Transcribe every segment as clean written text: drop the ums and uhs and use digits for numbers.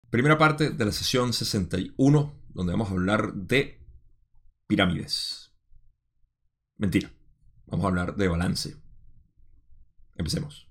Primera parte de la sesión 61, donde vamos a hablar de pirámides. Mentira, vamos a hablar de balance. Empecemos.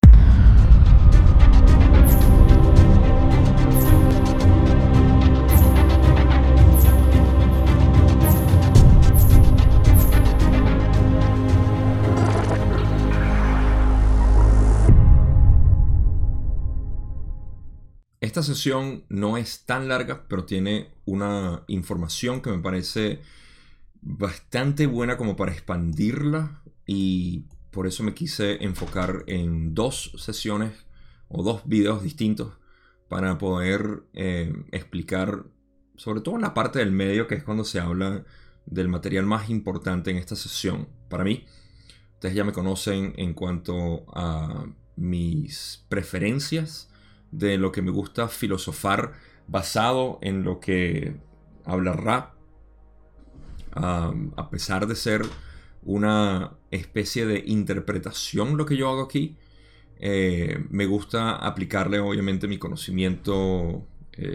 Esta sesión no es tan larga, pero tiene una información que me parece bastante buena como para expandirla, y por eso me quise enfocar en dos sesiones o dos videos distintos para poder explicar sobre todo la parte del medio, que es cuando se habla del material más importante en esta sesión. Para mí, ustedes ya me conocen en cuanto a mis preferencias de lo que me gusta filosofar basado en lo que habla Ra. A pesar de ser una especie de interpretación lo que yo hago aquí, me gusta aplicarle obviamente mi conocimiento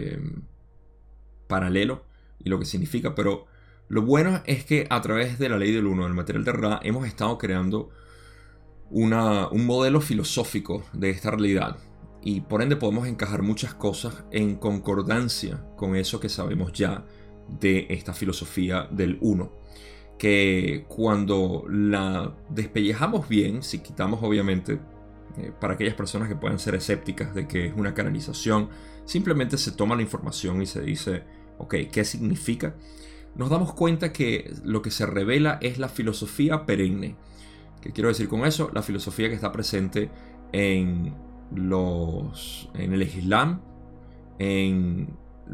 paralelo y lo que significa, pero lo bueno es que a través de la ley del uno, del material de Ra, hemos estado creando un modelo filosófico de esta realidad, y por ende podemos encajar muchas cosas en concordancia con eso que sabemos ya de esta filosofía del uno, que cuando la despellejamos bien, si quitamos obviamente para aquellas personas que puedan ser escépticas de que es una canalización, simplemente se toma la información y se dice, ok, ¿qué significa? Nos damos cuenta que lo que se revela es la filosofía perenne. ¿Qué quiero decir con eso? La filosofía que está presente en el Islam, en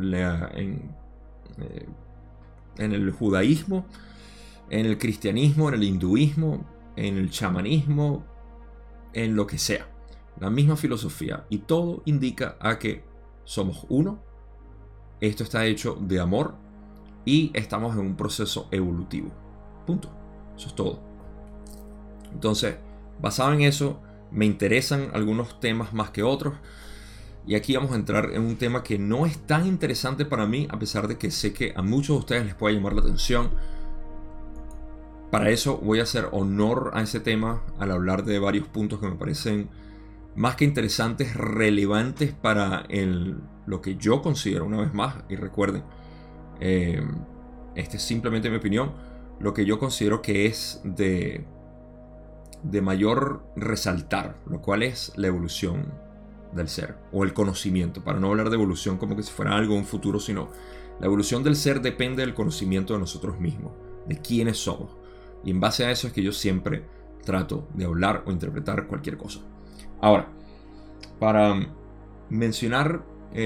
el judaísmo, en el cristianismo, en el hinduismo, en el chamanismo, en lo que sea. La misma filosofía, y todo indica a que somos uno. Esto está hecho de amor y estamos en un proceso evolutivo. Punto. Eso es todo. Entonces, basado en eso, me interesan algunos temas más que otros. Y aquí vamos a entrar en un tema que no es tan interesante para mí, a pesar de que sé que a muchos de ustedes les puede llamar la atención. Para eso voy a hacer honor a ese tema al hablar de varios puntos que me parecen más que interesantes, relevantes para lo que yo considero, una vez más, y recuerden, esta es simplemente mi opinión, lo que yo considero que es de mayor resaltar, lo cual es la evolución del ser, o el conocimiento, para no hablar de evolución como que si fuera algo, un futuro, sino la evolución del ser depende del conocimiento de nosotros mismos, de quiénes somos, y en base a eso es que yo siempre trato de hablar o interpretar cualquier cosa. Ahora, para mencionar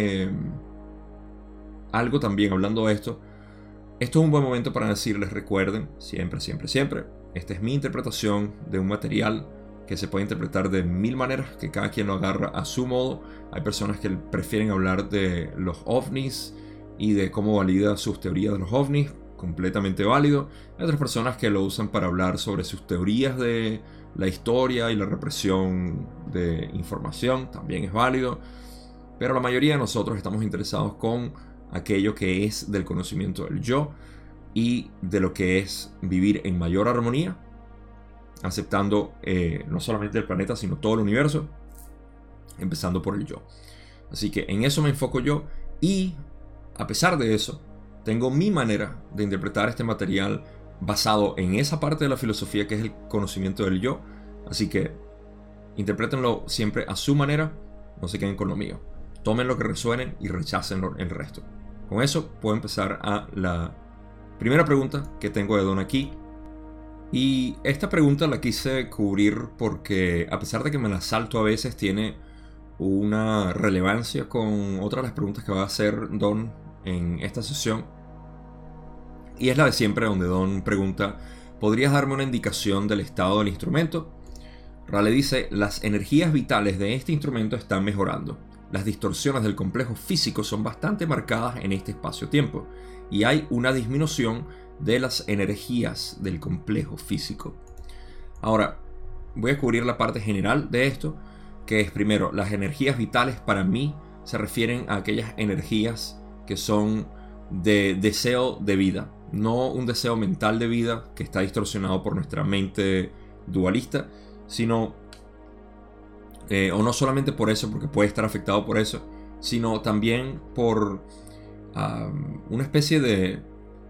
algo también, hablando de esto es un buen momento para decirles, recuerden, siempre, esta es mi interpretación de un material que se puede interpretar de mil maneras, que cada quien lo agarra a su modo. Hay personas que prefieren hablar de los ovnis y de cómo valida sus teorías de los ovnis, completamente válido. Hay otras personas que lo usan para hablar sobre sus teorías de la historia y la represión de información, también es válido. Pero la mayoría de nosotros estamos interesados con aquello que es del conocimiento del yo y de lo que es vivir en mayor armonía, aceptando no solamente el planeta, sino todo el universo, empezando por el yo. Así que en eso me enfoco yo, y a pesar de eso, tengo mi manera de interpretar este material basado en esa parte de la filosofía que es el conocimiento del yo. Así que interprétenlo siempre a su manera, no se queden con lo mío. Tomen lo que resuenen y rechacen el resto. Con eso puedo empezar a la primera pregunta que tengo de Don aquí. Y esta pregunta la quise cubrir porque, a pesar de que me la salto a veces, tiene una relevancia con otras de las preguntas que va a hacer Don en esta sesión. Y es la de siempre, donde Don pregunta: ¿podrías darme una indicación del estado del instrumento? Ra le dice: las energías vitales de este instrumento están mejorando. Las distorsiones del complejo físico son bastante marcadas en este espacio-tiempo, y hay una disminución de las energías del complejo físico. Ahora, voy a cubrir la parte general de esto, que es primero, las energías vitales para mí se refieren a aquellas energías que son de deseo de vida, no un deseo mental de vida que está distorsionado por nuestra mente dualista, sino, o no solamente por eso, porque puede estar afectado por eso, sino también por una especie de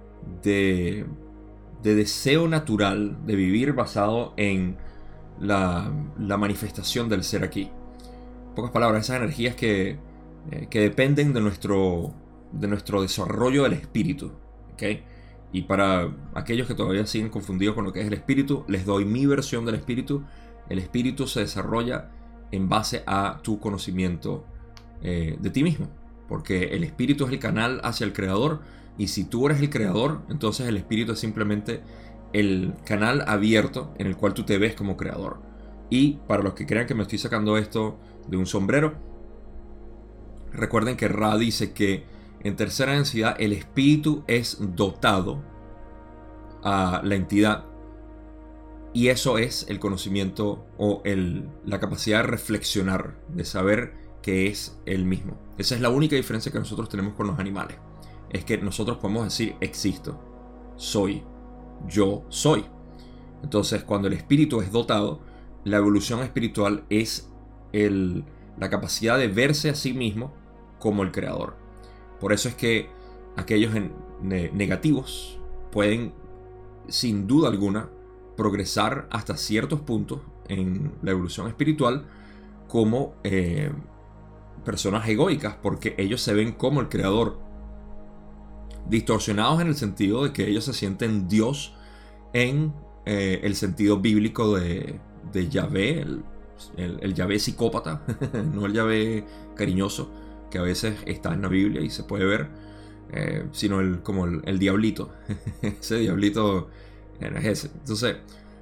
deseo natural de vivir basado en la manifestación del ser aquí. En pocas palabras, esas energías que dependen de nuestro desarrollo del espíritu, ¿okay? Y para aquellos que todavía siguen confundidos con lo que es el espíritu, les doy mi versión del espíritu. El espíritu se desarrolla en base a tu conocimiento de ti mismo, porque el espíritu es el canal hacia el creador, y si tú eres el creador, entonces el espíritu es simplemente el canal abierto en el cual tú te ves como creador. Y para los que crean que me estoy sacando esto de un sombrero, recuerden que Ra dice que en tercera densidad el espíritu es dotado a la entidad, y eso es el conocimiento o la capacidad de reflexionar, de saber que es el mismo. Esa es la única diferencia que nosotros tenemos con los animales. Es que nosotros podemos decir existo, soy, yo soy. Entonces, cuando el espíritu es dotado, la evolución espiritual es la capacidad de verse a sí mismo como el creador. Por eso es que aquellos negativos pueden, sin duda alguna, progresar hasta ciertos puntos en la evolución espiritual como personas egoicas, porque ellos se ven como el creador, distorsionados en el sentido de que ellos se sienten Dios en el sentido bíblico de Yahvé, el Yahvé psicópata, no el Yahvé cariñoso que a veces está en la Biblia y se puede ver, sino como el diablito. Ese diablito es ese. Entonces,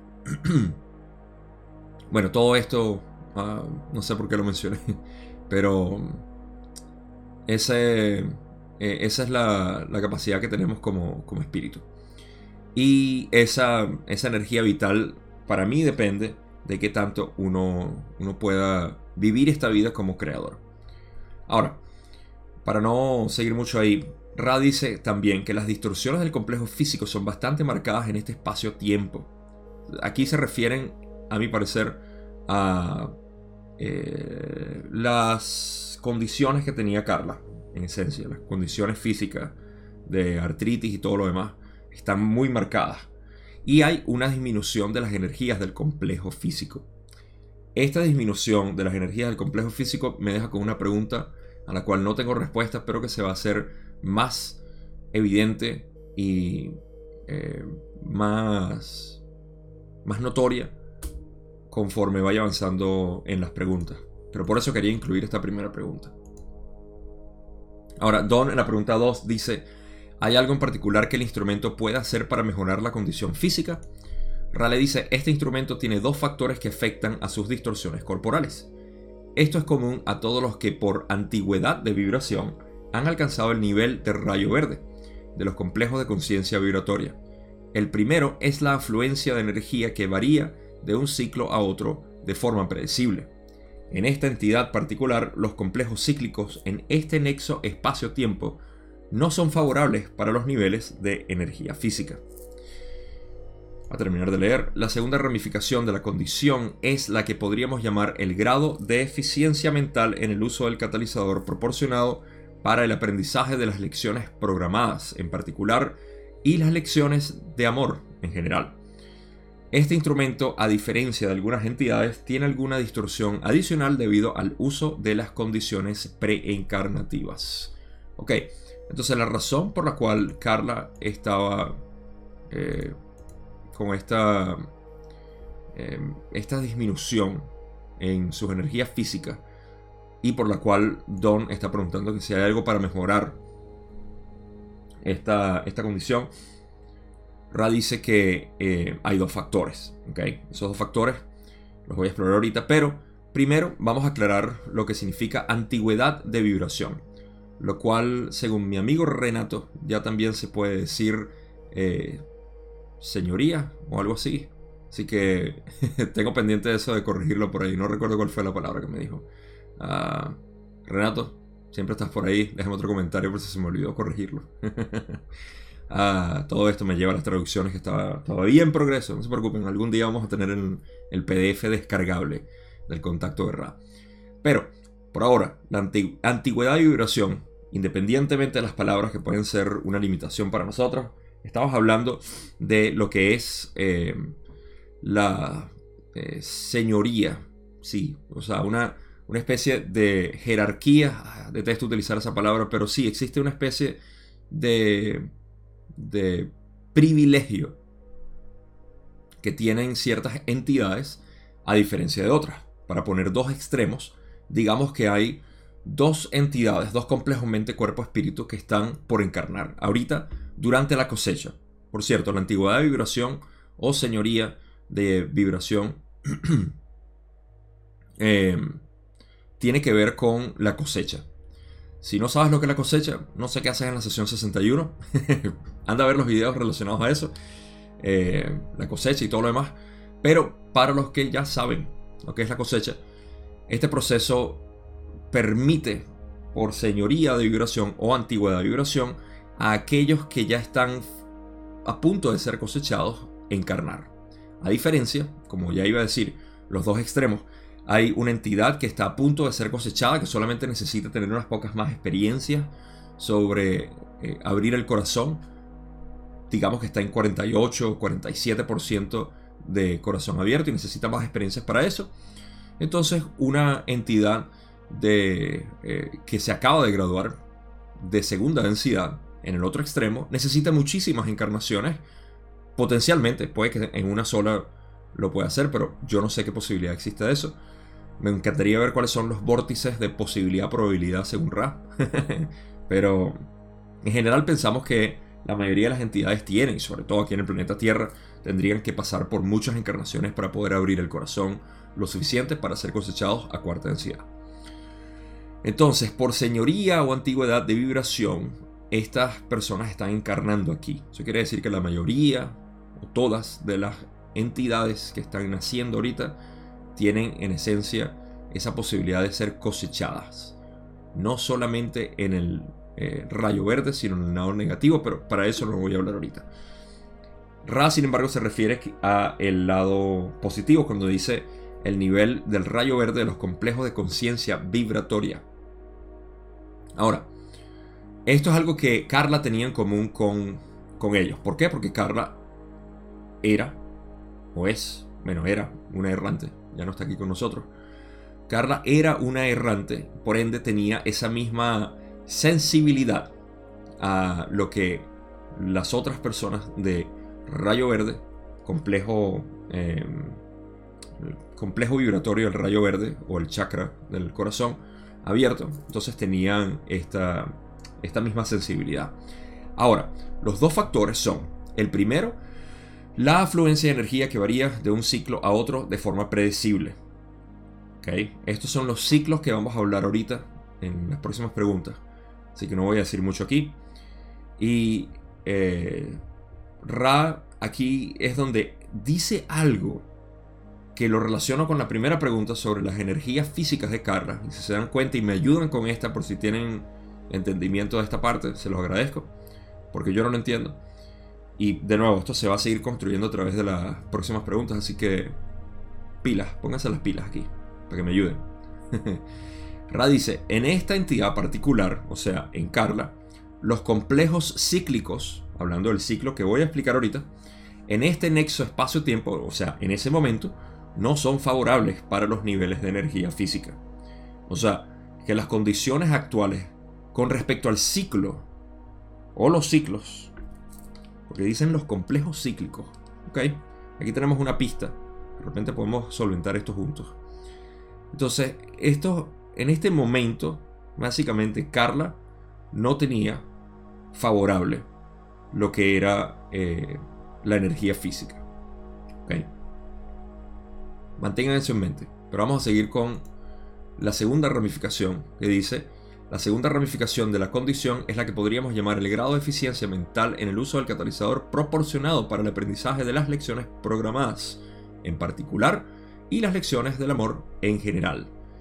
bueno, todo esto, no sé por qué lo mencioné, pero esa es la capacidad que tenemos como espíritu. Y esa energía vital para mí depende de qué tanto uno pueda vivir esta vida como creador. Ahora, para no seguir mucho ahí, Ra dice también que las distorsiones del complejo físico son bastante marcadas en este espacio-tiempo. Aquí se refieren, a mi parecer, a las condiciones que tenía Carla, en esencia. Las condiciones físicas de artritis y todo lo demás están muy marcadas. Y hay una disminución de las energías del complejo físico. Esta disminución de las energías del complejo físico me deja con una pregunta a la cual no tengo respuesta, pero que se va a hacer más evidente y más notoria conforme vaya avanzando en las preguntas. Pero por eso quería incluir esta primera pregunta. Ahora, Don en la pregunta 2 dice: ¿hay algo en particular que el instrumento pueda hacer para mejorar la condición física? Rale dice: este instrumento tiene dos factores que afectan a sus distorsiones corporales. Esto es común a todos los que por antigüedad de vibración han alcanzado el nivel de rayo verde, de los complejos de conciencia vibratoria. El primero es la afluencia de energía que varía de un ciclo a otro de forma predecible. En esta entidad particular, los complejos cíclicos en este nexo espacio-tiempo no son favorables para los niveles de energía física. A terminar de leer, la segunda ramificación de la condición es la que podríamos llamar el grado de eficiencia mental en el uso del catalizador proporcionado para el aprendizaje de las lecciones programadas en particular y las lecciones de amor en general. Este instrumento, a diferencia de algunas entidades, tiene alguna distorsión adicional debido al uso de las condiciones preencarnativas. Ok, entonces la razón por la cual Carla estaba con esta disminución en sus energías físicas, y por la cual Don está preguntando que si hay algo para mejorar esta condición, Ra dice que hay dos factores. ¿Okay? Esos dos factores los voy a explorar ahorita, pero primero vamos a aclarar lo que significa antigüedad de vibración, lo cual, según mi amigo Renato, ya también se puede decir señoría o algo así. Así que tengo pendiente de eso, de corregirlo por ahí. No recuerdo cuál fue la palabra que me dijo. Renato, siempre estás por ahí. Déjame otro comentario por si se me olvidó corregirlo. Todo esto me lleva a las traducciones que estaba todavía en progreso. No se preocupen, algún día vamos a tener el PDF descargable del contacto de Ra. Pero, por ahora, la antigüedad y vibración, independientemente de las palabras que pueden ser una limitación para nosotros, estamos hablando de lo que es la señoría. Sí, o sea, una especie de jerarquía. Detesto utilizar esa palabra, pero sí, existe una especie de privilegio que tienen ciertas entidades a diferencia de otras. Para poner dos extremos, digamos que hay dos entidades, dos complejos mente, cuerpo, espíritu que están por encarnar ahorita durante la cosecha. Por cierto, la antigüedad de vibración o señoría de vibración tiene que ver con la cosecha. Si no sabes lo que es la cosecha, no sé qué haces en la sesión 61. Anda a ver los videos relacionados a eso. La cosecha y todo lo demás. Pero para los que ya saben lo que es la cosecha, este proceso permite, por señoría de vibración o antigüedad de vibración, a aquellos que ya están a punto de ser cosechados, encarnar. A diferencia, como ya iba a decir, los dos extremos, hay una entidad que está a punto de ser cosechada, que solamente necesita tener unas pocas más experiencias sobre abrir el corazón. Digamos que está en 48 o 47% de corazón abierto y necesita más experiencias para eso. Entonces, una entidad que se acaba de graduar de segunda densidad en el otro extremo necesita muchísimas encarnaciones. Potencialmente, puede que en una sola lo pueda hacer, pero yo no sé qué posibilidad existe de eso. Me encantaría ver cuáles son los vórtices de posibilidad-probabilidad según Ra. Pero en general pensamos que la mayoría de las entidades tienen, sobre todo aquí en el planeta Tierra, tendrían que pasar por muchas encarnaciones para poder abrir el corazón lo suficiente para ser cosechados a cuarta densidad. Entonces, por señoría o antigüedad de vibración, estas personas están encarnando aquí. Eso quiere decir que la mayoría o todas de las entidades que están naciendo ahorita tienen en esencia esa posibilidad de ser cosechadas. No solamente en el rayo verde, sino en el lado negativo, pero para eso no voy a hablar ahorita. Ra, sin embargo, se refiere a el lado positivo cuando dice el nivel del rayo verde de los complejos de conciencia vibratoria. Ahora, esto es algo que Carla tenía en común con ellos. ¿Por qué? Porque Carla era una errante. Ya no está aquí con nosotros. Carla era una errante, por ende tenía esa misma sensibilidad a lo que las otras personas de rayo verde, complejo vibratorio del rayo verde o el chakra del corazón abierto, entonces tenían esta misma sensibilidad. Ahora, los dos factores son, el primero, la afluencia de energía que varía de un ciclo a otro de forma predecible. ¿Okay? Estos son los ciclos que vamos a hablar ahorita en las próximas preguntas. Así que no voy a decir mucho aquí. Y Ra aquí es donde dice algo que lo relaciono con la primera pregunta sobre las energías físicas de Carla. Y si se dan cuenta y me ayudan con esta por si tienen entendimiento de esta parte, se los agradezco. Porque yo no lo entiendo. Y de nuevo, esto se va a seguir construyendo a través de las próximas preguntas, así que pilas, pónganse las pilas aquí, para que me ayuden. Ra dice, en esta entidad particular, o sea, en Carla, los complejos cíclicos, hablando del ciclo que voy a explicar ahorita, en este nexo espacio-tiempo, o sea, en ese momento, no son favorables para los niveles de energía física. O sea, que las condiciones actuales con respecto al ciclo, o los ciclos, porque dicen los complejos cíclicos. ¿Ok? Aquí tenemos una pista. De repente podemos solventar esto juntos. Entonces, en este momento, básicamente, Carla no tenía favorable lo que era la energía física. ¿Ok? Mantengan eso en mente. Pero vamos a seguir con la segunda ramificación, que dice: la segunda ramificación de la condición es la que podríamos llamar el grado de eficiencia mental en el uso del catalizador proporcionado para el aprendizaje de las lecciones programadas, en particular, y las lecciones del amor en general.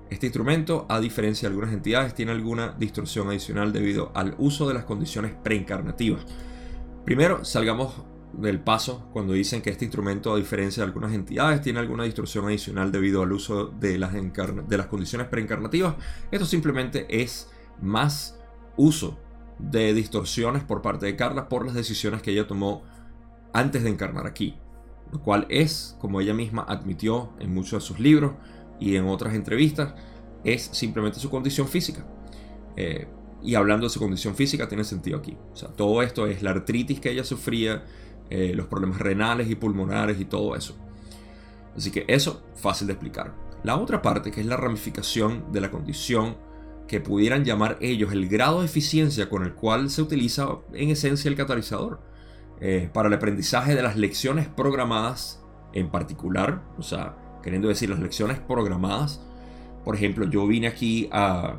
Este instrumento, a diferencia de algunas entidades, tiene alguna distorsión adicional debido al uso de las condiciones preencarnativas. Primero, salgamos del paso cuando dicen que este instrumento, a diferencia de algunas entidades, tiene alguna distorsión adicional debido al uso de las condiciones preencarnativas. Esto simplemente es más uso de distorsiones por parte de Carla por las decisiones que ella tomó antes de encarnar aquí, lo cual es, como ella misma admitió en muchos de sus libros y en otras entrevistas, es simplemente su condición física. Y hablando de su condición física, tiene sentido aquí. O sea, todo esto es la artritis que ella sufría, los problemas renales y pulmonares y todo eso. Así que eso, fácil de explicar. La otra parte, que es la ramificación de la condición, que pudieran llamar ellos el grado de eficiencia con el cual se utiliza en esencia el catalizador para el aprendizaje de las lecciones programadas en particular, o sea, queriendo decir las lecciones programadas. Por ejemplo, yo vine aquí a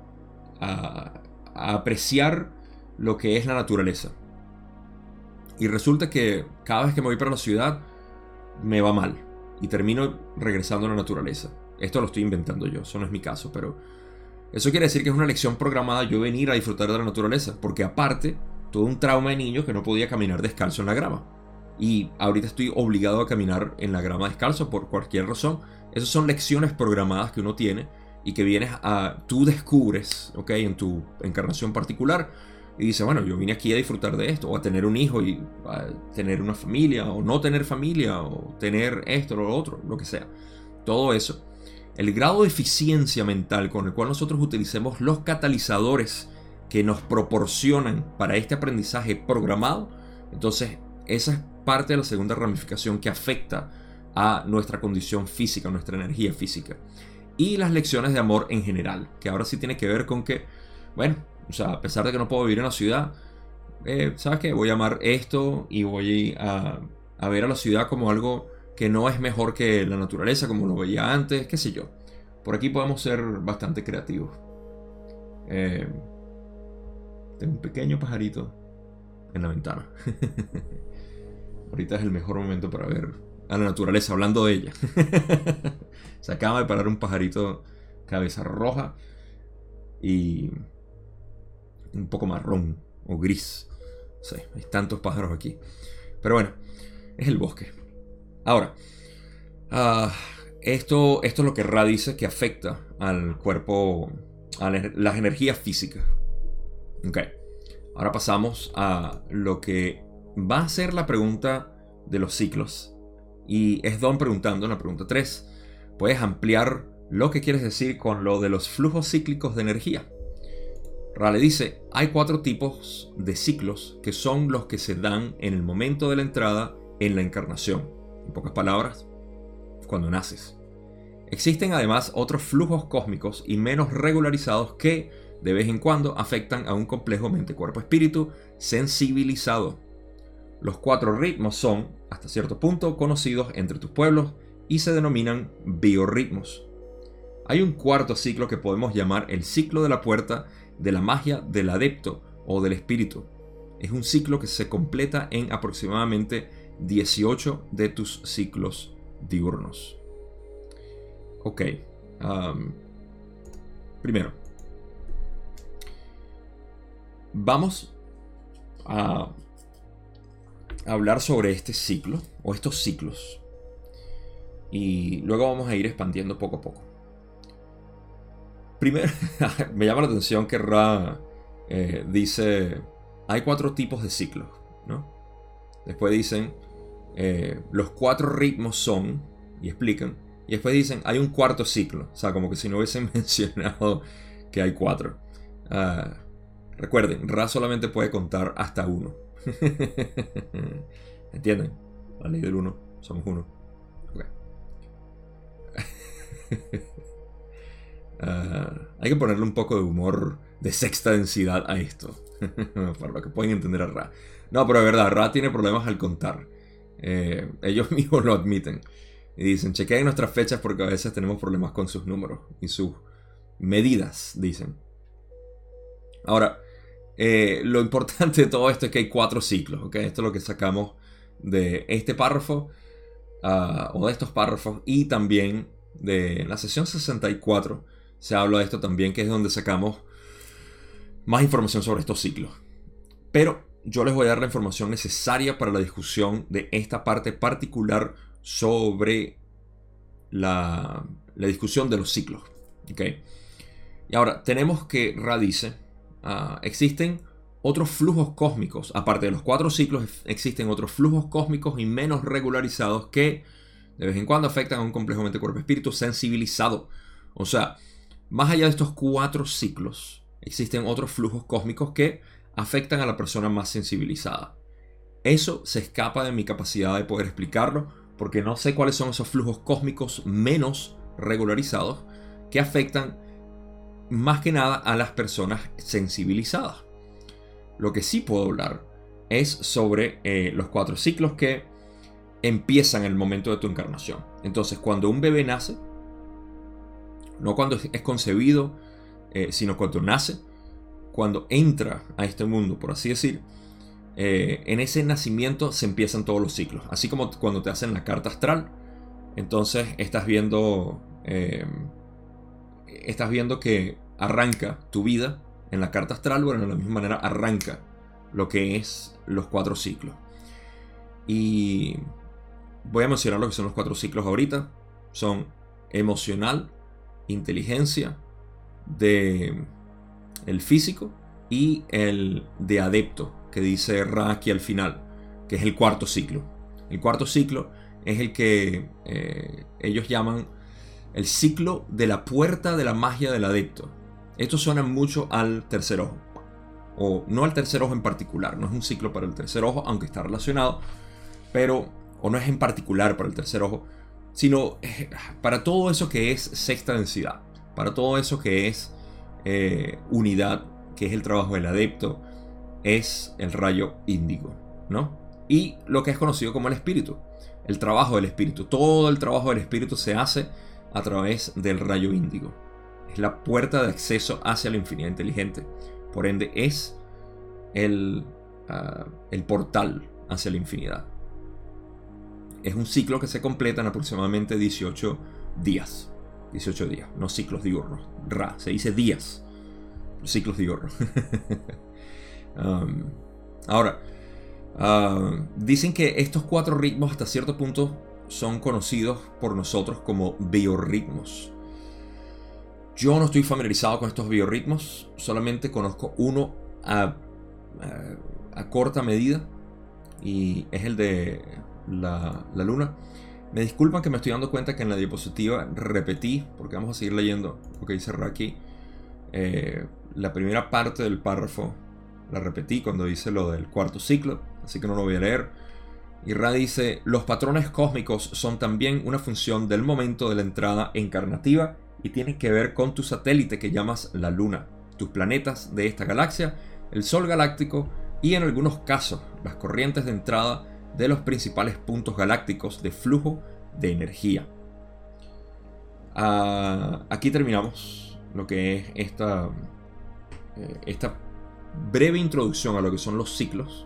apreciar lo que es la naturaleza, y resulta que cada vez que me voy para la ciudad me va mal y termino regresando a la naturaleza. Esto lo estoy inventando yo, eso no es mi caso, pero eso quiere decir que es una lección programada yo venir a disfrutar de la naturaleza, porque aparte, tuve un trauma de niño que no podía caminar descalzo en la grama. Y ahorita estoy obligado a caminar en la grama descalzo por cualquier razón. Esas son lecciones programadas que uno tiene y que tú descubres, ¿ok? En tu encarnación particular. Y dices, bueno, yo vine aquí a disfrutar de esto, o a tener un hijo y a tener una familia, o no tener familia, o tener esto o lo otro, lo que sea. Todo eso. El grado de eficiencia mental con el cual nosotros utilicemos los catalizadores que nos proporcionan para este aprendizaje programado, entonces esa es parte de la segunda ramificación que afecta a nuestra condición física, nuestra energía física. Y las lecciones de amor en general, que ahora sí tiene que ver con que, bueno, o sea, a pesar de que no puedo vivir en la ciudad, ¿sabes qué? Voy a amar esto y voy a ver a la ciudad como algo que no es mejor que la naturaleza como lo veía antes, qué sé yo. Por aquí podemos ser bastante creativos. Tengo un pequeño pajarito en la ventana. Ahorita es el mejor momento para ver a la naturaleza, hablando de ella. Se acaba de parar un pajarito cabeza roja y un poco marrón o gris. No sé, hay tantos pájaros aquí. Pero bueno, es el bosque. Ahora, esto es lo que Ra dice que afecta al cuerpo, a las energías físicas. Ok, ahora pasamos a lo que va a ser la pregunta de los ciclos. Y es Don preguntando en la pregunta 3. ¿Puedes ampliar lo que quieres decir con lo de los flujos cíclicos de energía? Ra le dice, hay 4 tipos de ciclos que son los que se dan en el momento de la entrada en la encarnación. En pocas palabras, cuando naces. Existen además otros flujos cósmicos y menos regularizados que, de vez en cuando, afectan a un complejo mente-cuerpo-espíritu sensibilizado. Los 4 ritmos son, hasta cierto punto, conocidos entre tus pueblos y se denominan biorritmos. Hay un 4º ciclo que podemos llamar el ciclo de la puerta de la magia del adepto o del espíritu. Es un ciclo que se completa en aproximadamente 18 de tus ciclos diurnos. Ok. Primero, vamos a hablar sobre este ciclo o estos ciclos. Y luego vamos a ir expandiendo poco a poco. Primero, me llama la atención que Ra dice, hay 4 tipos de ciclos, ¿no? Después dicen, los 4 ritmos son, y explican, y después dicen, hay un 4º ciclo, o sea, como que si no hubiesen mencionado que hay 4. Recuerden, Ra solamente puede contar hasta 1. ¿Entienden? La ley del 1, somos 1. Okay. Hay que ponerle un poco de humor de sexta densidad a esto, para lo que pueden entender a Ra. No, pero de verdad, Ra tiene problemas al contar. Ellos mismos lo admiten. Y dicen, chequeen nuestras fechas porque a veces tenemos problemas con sus números y sus medidas, dicen. Ahora, lo importante de todo esto es que hay 4 ciclos, ¿ok? Esto es lo que sacamos de este párrafo, o de estos párrafos, y también En la sesión 64 se habla de esto también, que es donde sacamos más información sobre estos ciclos. Pero yo les voy a dar la información necesaria para la discusión de esta parte particular sobre la discusión de los ciclos. ¿Okay? Y ahora tenemos que Ra dice, existen otros flujos cósmicos, aparte de los 4 ciclos, existen otros flujos cósmicos y menos regularizados que de vez en cuando afectan a un complejo mente cuerpo espíritu sensibilizado. O sea, más allá de estos 4 ciclos, existen otros flujos cósmicos que afectan a la persona más sensibilizada. Eso se escapa de mi capacidad de poder explicarlo, porque no sé cuáles son esos flujos cósmicos menos regularizados que afectan más que nada a las personas sensibilizadas. Lo que sí puedo hablar es sobre los 4 ciclos que empiezan en el momento de tu encarnación. Entonces, cuando un bebé nace, no cuando es concebido, sino cuando nace, cuando entra a este mundo, por así decir, en ese nacimiento se empiezan todos los ciclos. Así como cuando te hacen la carta astral, entonces estás viendo que arranca tu vida en la carta astral. Bueno, de la misma manera arranca lo que es los 4 ciclos. Y voy a mencionar lo que son los 4 ciclos ahorita. Son emocional, inteligencia, el físico y el de adepto, que dice Ra aquí al final, que es el 4º ciclo. El 4º ciclo es el que ellos llaman el ciclo de la puerta de la magia del adepto. Esto suena mucho al tercer ojo, o no al tercer ojo en particular. No es un ciclo para el tercer ojo, aunque está relacionado, o no es en particular para el tercer ojo, sino para todo eso que es sexta densidad, para todo eso que es unidad, que es el trabajo del adepto, es el rayo índigo, ¿no? Y lo que es conocido como el espíritu, el trabajo del espíritu. Todo el trabajo del espíritu se hace a través del rayo índigo. Es la puerta de acceso hacia la infinidad inteligente. Por ende, es el portal hacia la infinidad. Es un ciclo que se completa en aproximadamente 18 días. 18 días, no ciclos diurnos. Ra, se dice días. Ciclos diurnos. Ahora, dicen que estos 4 ritmos hasta cierto punto son conocidos por nosotros como biorritmos. Yo no estoy familiarizado con estos biorritmos, solamente conozco uno a corta medida, y es el de la luna. Me disculpan que me estoy dando cuenta que en la diapositiva repetí, porque vamos a seguir leyendo lo que dice Ra aquí. La primera parte del párrafo la repetí cuando dice lo del 4º ciclo, así que no lo voy a leer. Y Ra dice: los patrones cósmicos son también una función del momento de la entrada encarnativa y tienen que ver con tu satélite que llamas la luna, tus planetas de esta galaxia, el sol galáctico y en algunos casos las corrientes de entrada de los principales puntos galácticos de flujo de energía. Aquí terminamos lo que es esta breve introducción a lo que son los ciclos.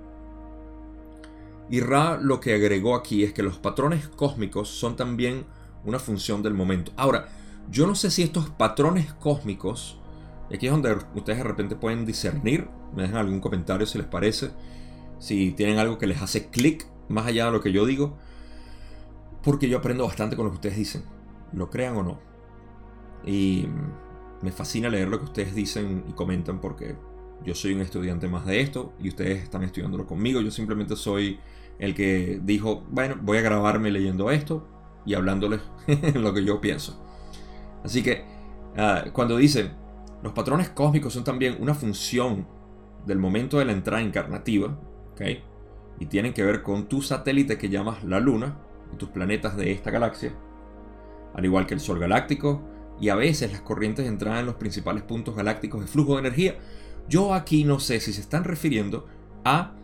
Y Ra lo que agregó aquí es que los patrones cósmicos son también una función del momento. Ahora, yo no sé si estos patrones cósmicos, y aquí es donde ustedes de repente pueden discernir, me dejan algún comentario si les parece, si tienen algo que les hace clic más allá de lo que yo digo, porque yo aprendo bastante con lo que ustedes dicen, lo crean o no. Y me fascina leer lo que ustedes dicen y comentan, porque yo soy un estudiante más de esto y ustedes están estudiándolo conmigo. Yo simplemente soy el que dijo, bueno, voy a grabarme leyendo esto y hablándoles lo que yo pienso. Así que cuando dicen los patrones cósmicos son también una función del momento de la entrada encarnativa, ¿okay? Y tienen que ver con tu satélite que llamas la luna y tus planetas de esta galaxia, al igual que el sol galáctico y a veces las corrientes de entrada en los principales puntos galácticos de flujo de energía. Yo aquí no sé si se están refiriendo a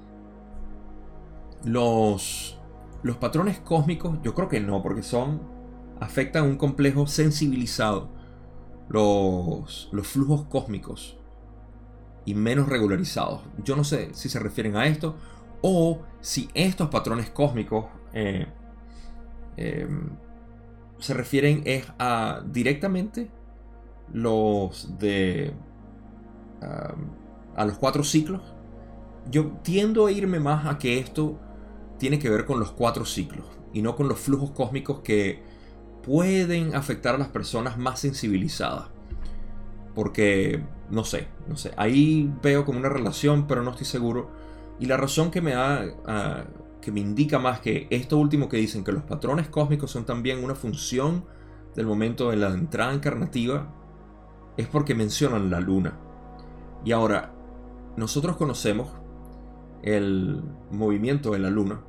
los patrones cósmicos. Yo creo que no, porque afectan un complejo sensibilizado. Los flujos cósmicos y menos regularizados. Yo no sé si se refieren a esto o si estos patrones cósmicos se refieren es a directamente los de a los 4 ciclos. Yo tiendo a irme más a que esto tiene que ver con los 4 ciclos y no con los flujos cósmicos que pueden afectar a las personas más sensibilizadas. Porque no sé, ahí veo como una relación, pero no estoy seguro. Y la razón que me da, que me indica más que esto último que dicen, que los patrones cósmicos son también una función del momento de la entrada encarnativa, es porque mencionan la luna. Y ahora, nosotros conocemos el movimiento de la luna.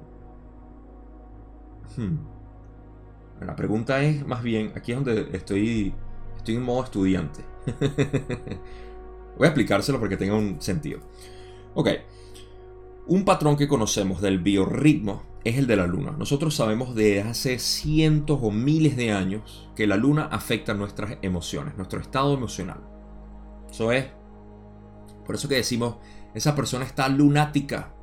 La pregunta es más bien, aquí es donde estoy en modo estudiante. Voy a explicárselo porque tenga un sentido. Ok, un patrón que conocemos del biorritmo es el de la luna. Nosotros sabemos desde hace cientos o miles de años que la luna afecta nuestras emociones, nuestro estado emocional. Eso es, por eso que decimos, esa persona está lunática,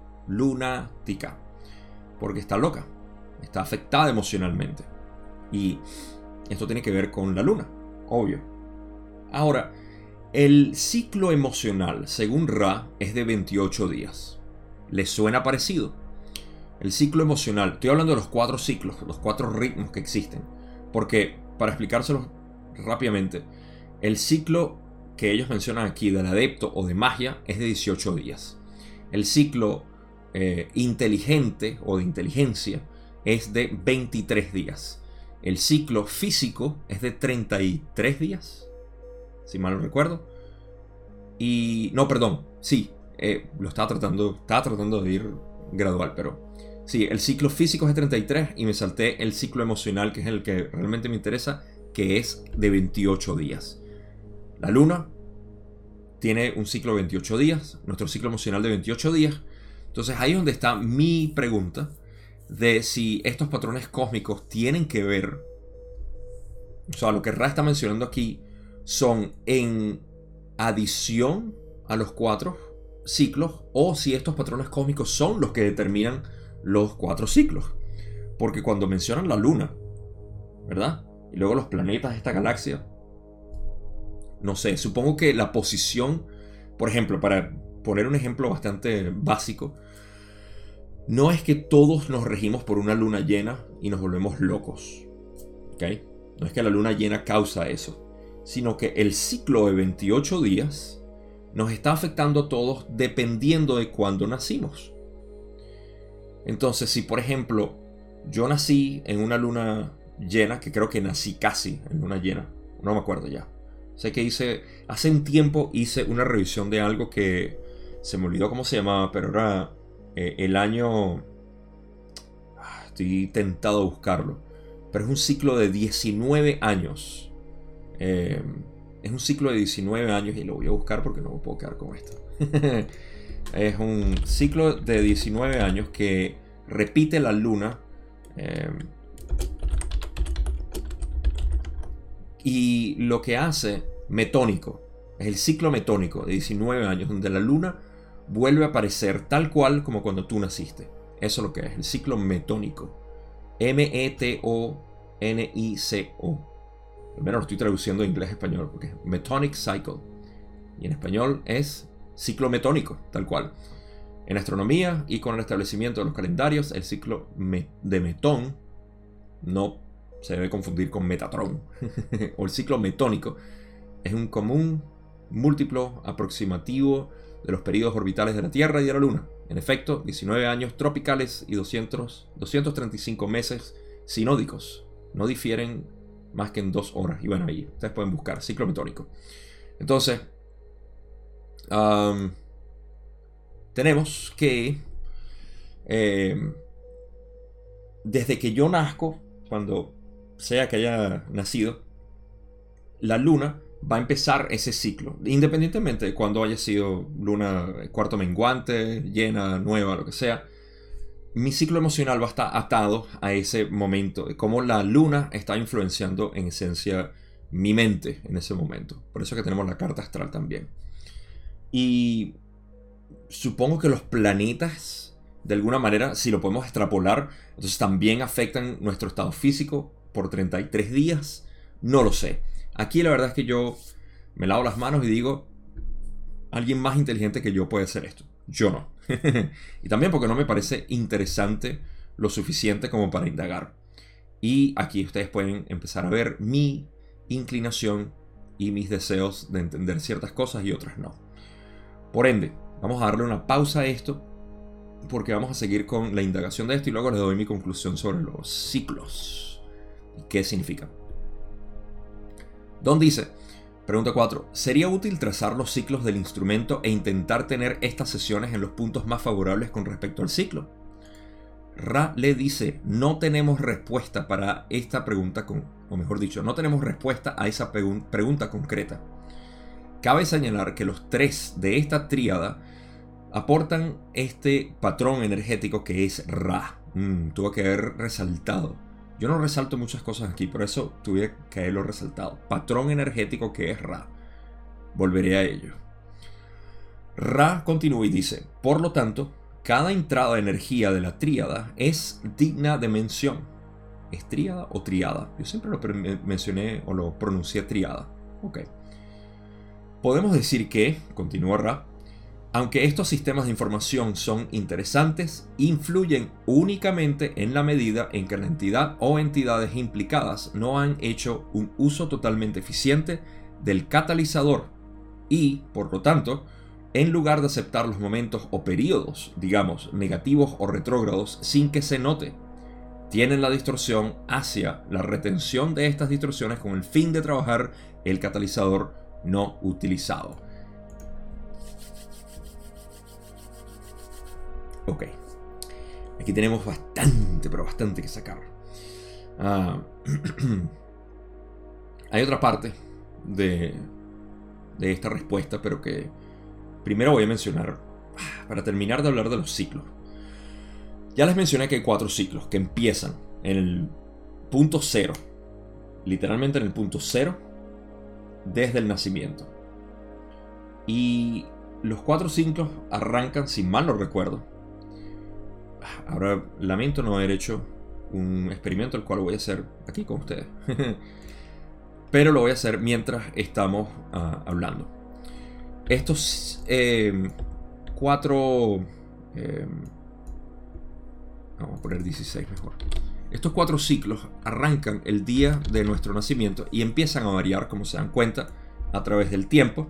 porque está loca, está afectada emocionalmente. Y esto tiene que ver con la luna, obvio. Ahora, el ciclo emocional, según Ra, es de 28 días. ¿Les suena parecido? El ciclo emocional, estoy hablando de los 4 ciclos, los 4 ritmos que existen. Porque, para explicárselos rápidamente, el ciclo que ellos mencionan aquí del adepto o de magia es de 18 días. El ciclo inteligente o de inteligencia es de 23 días. El ciclo físico es de 33 días, si mal no recuerdo. Y no, perdón, sí, lo estaba tratando de ir gradual, pero sí, el ciclo físico es de 33 y me salté el ciclo emocional, que es el que realmente me interesa, que es de 28 días. La luna tiene un ciclo de 28 días, nuestro ciclo emocional de 28 días. Entonces ahí es donde está mi pregunta de si estos patrones cósmicos tienen que ver, o sea, lo que Ra está mencionando aquí son en adición a los 4 ciclos, o si estos patrones cósmicos son los que determinan los 4 ciclos. Porque cuando mencionan la luna, ¿verdad? Y luego los planetas de esta galaxia, no sé, supongo que la posición, por ejemplo, para poner un ejemplo bastante básico, no es que todos nos regimos por una luna llena y nos volvemos locos, ¿ok? No es que la luna llena causa eso, sino que el ciclo de 28 días nos está afectando a todos dependiendo de cuándo nacimos. Entonces, si por ejemplo yo nací en una luna llena, que creo que nací casi en luna llena, no me acuerdo ya. Sé que hace un tiempo hice una revisión de algo que se me olvidó cómo se llamaba, pero era el año... Estoy tentado a buscarlo. Pero es un ciclo de 19 años. Es un ciclo de 19 años y lo voy a buscar porque no me puedo quedar con esto. Es un ciclo de 19 años que repite la luna. Y lo que hace metónico, es el ciclo metónico de 19 años, donde la luna vuelve a aparecer tal cual como cuando tú naciste. Eso es lo que es el ciclo metónico. Metonico. Primero lo estoy traduciendo de inglés a español porque es Metonic Cycle. Y en español es ciclo metónico, tal cual. En astronomía y con el establecimiento de los calendarios, el ciclo de Metón no se debe confundir con Metatrón. O el ciclo metónico es un común múltiplo aproximativo de los periodos orbitales de la Tierra y de la Luna. En efecto, 19 años tropicales y 235 meses sinódicos. No difieren más que en 2 horas. Y bueno, ahí ustedes pueden buscar ciclo metónico. Entonces, tenemos que desde que yo nazco, cuando sea que haya nacido, la luna va a empezar ese ciclo, independientemente de cuando haya sido luna cuarto menguante, llena, nueva, lo que sea. Mi ciclo emocional va a estar atado a ese momento, de cómo la luna está influenciando en esencia mi mente en ese momento. Por eso que tenemos la carta astral también. Y supongo que los planetas, de alguna manera, si lo podemos extrapolar, entonces también afectan nuestro estado físico, por 33 días, no lo sé. Aquí la verdad es que yo me lavo las manos y digo, alguien más inteligente que yo puede hacer esto. Yo no. Y también porque no me parece interesante lo suficiente como para indagar. Y aquí ustedes pueden empezar a ver mi inclinación y mis deseos de entender ciertas cosas y otras no. Por ende, vamos a darle una pausa a esto porque vamos a seguir con la indagación de esto y luego les doy mi conclusión sobre los ciclos y qué significan. Don dice, pregunta 4, ¿sería útil trazar los ciclos del instrumento e intentar tener estas sesiones en los puntos más favorables con respecto al ciclo? Ra le dice, no tenemos respuesta para esta pregunta, o mejor dicho, no tenemos respuesta a esa pregunta concreta. Cabe señalar que los 3 de esta tríada aportan este patrón energético que es Ra. Tuve que haber resaltado. Yo no resalto muchas cosas aquí, por eso tuve que haberlo resaltado. Patrón energético que es Ra. Volveré a ello. Ra continúa y dice, por lo tanto, cada entrada de energía de la tríada es digna de mención. ¿Es tríada o triada? Yo siempre lo mencioné o lo pronuncié triada. Ok. Podemos decir que, continúa Ra, aunque estos sistemas de información son interesantes, influyen únicamente en la medida en que la entidad o entidades implicadas no han hecho un uso totalmente eficiente del catalizador y, por lo tanto, en lugar de aceptar los momentos o periodos, digamos, negativos o retrógrados sin que se note, tienen la distorsión hacia la retención de estas distorsiones con el fin de trabajar el catalizador no utilizado. Ok, aquí tenemos bastante, pero bastante que sacar. Hay otra parte de esta respuesta, pero que primero voy a mencionar para terminar de hablar de los ciclos. Ya les mencioné que hay 4 ciclos que empiezan en el punto 0, literalmente en el punto 0, desde el nacimiento. Y los 4 ciclos arrancan, si mal no recuerdo. Ahora lamento no haber hecho un experimento el cual voy a hacer aquí con ustedes. Pero lo voy a hacer mientras estamos hablando. Estos 4... vamos a poner 16 mejor. Estos 4 ciclos arrancan el día de nuestro nacimiento y empiezan a variar, como se dan cuenta, a través del tiempo.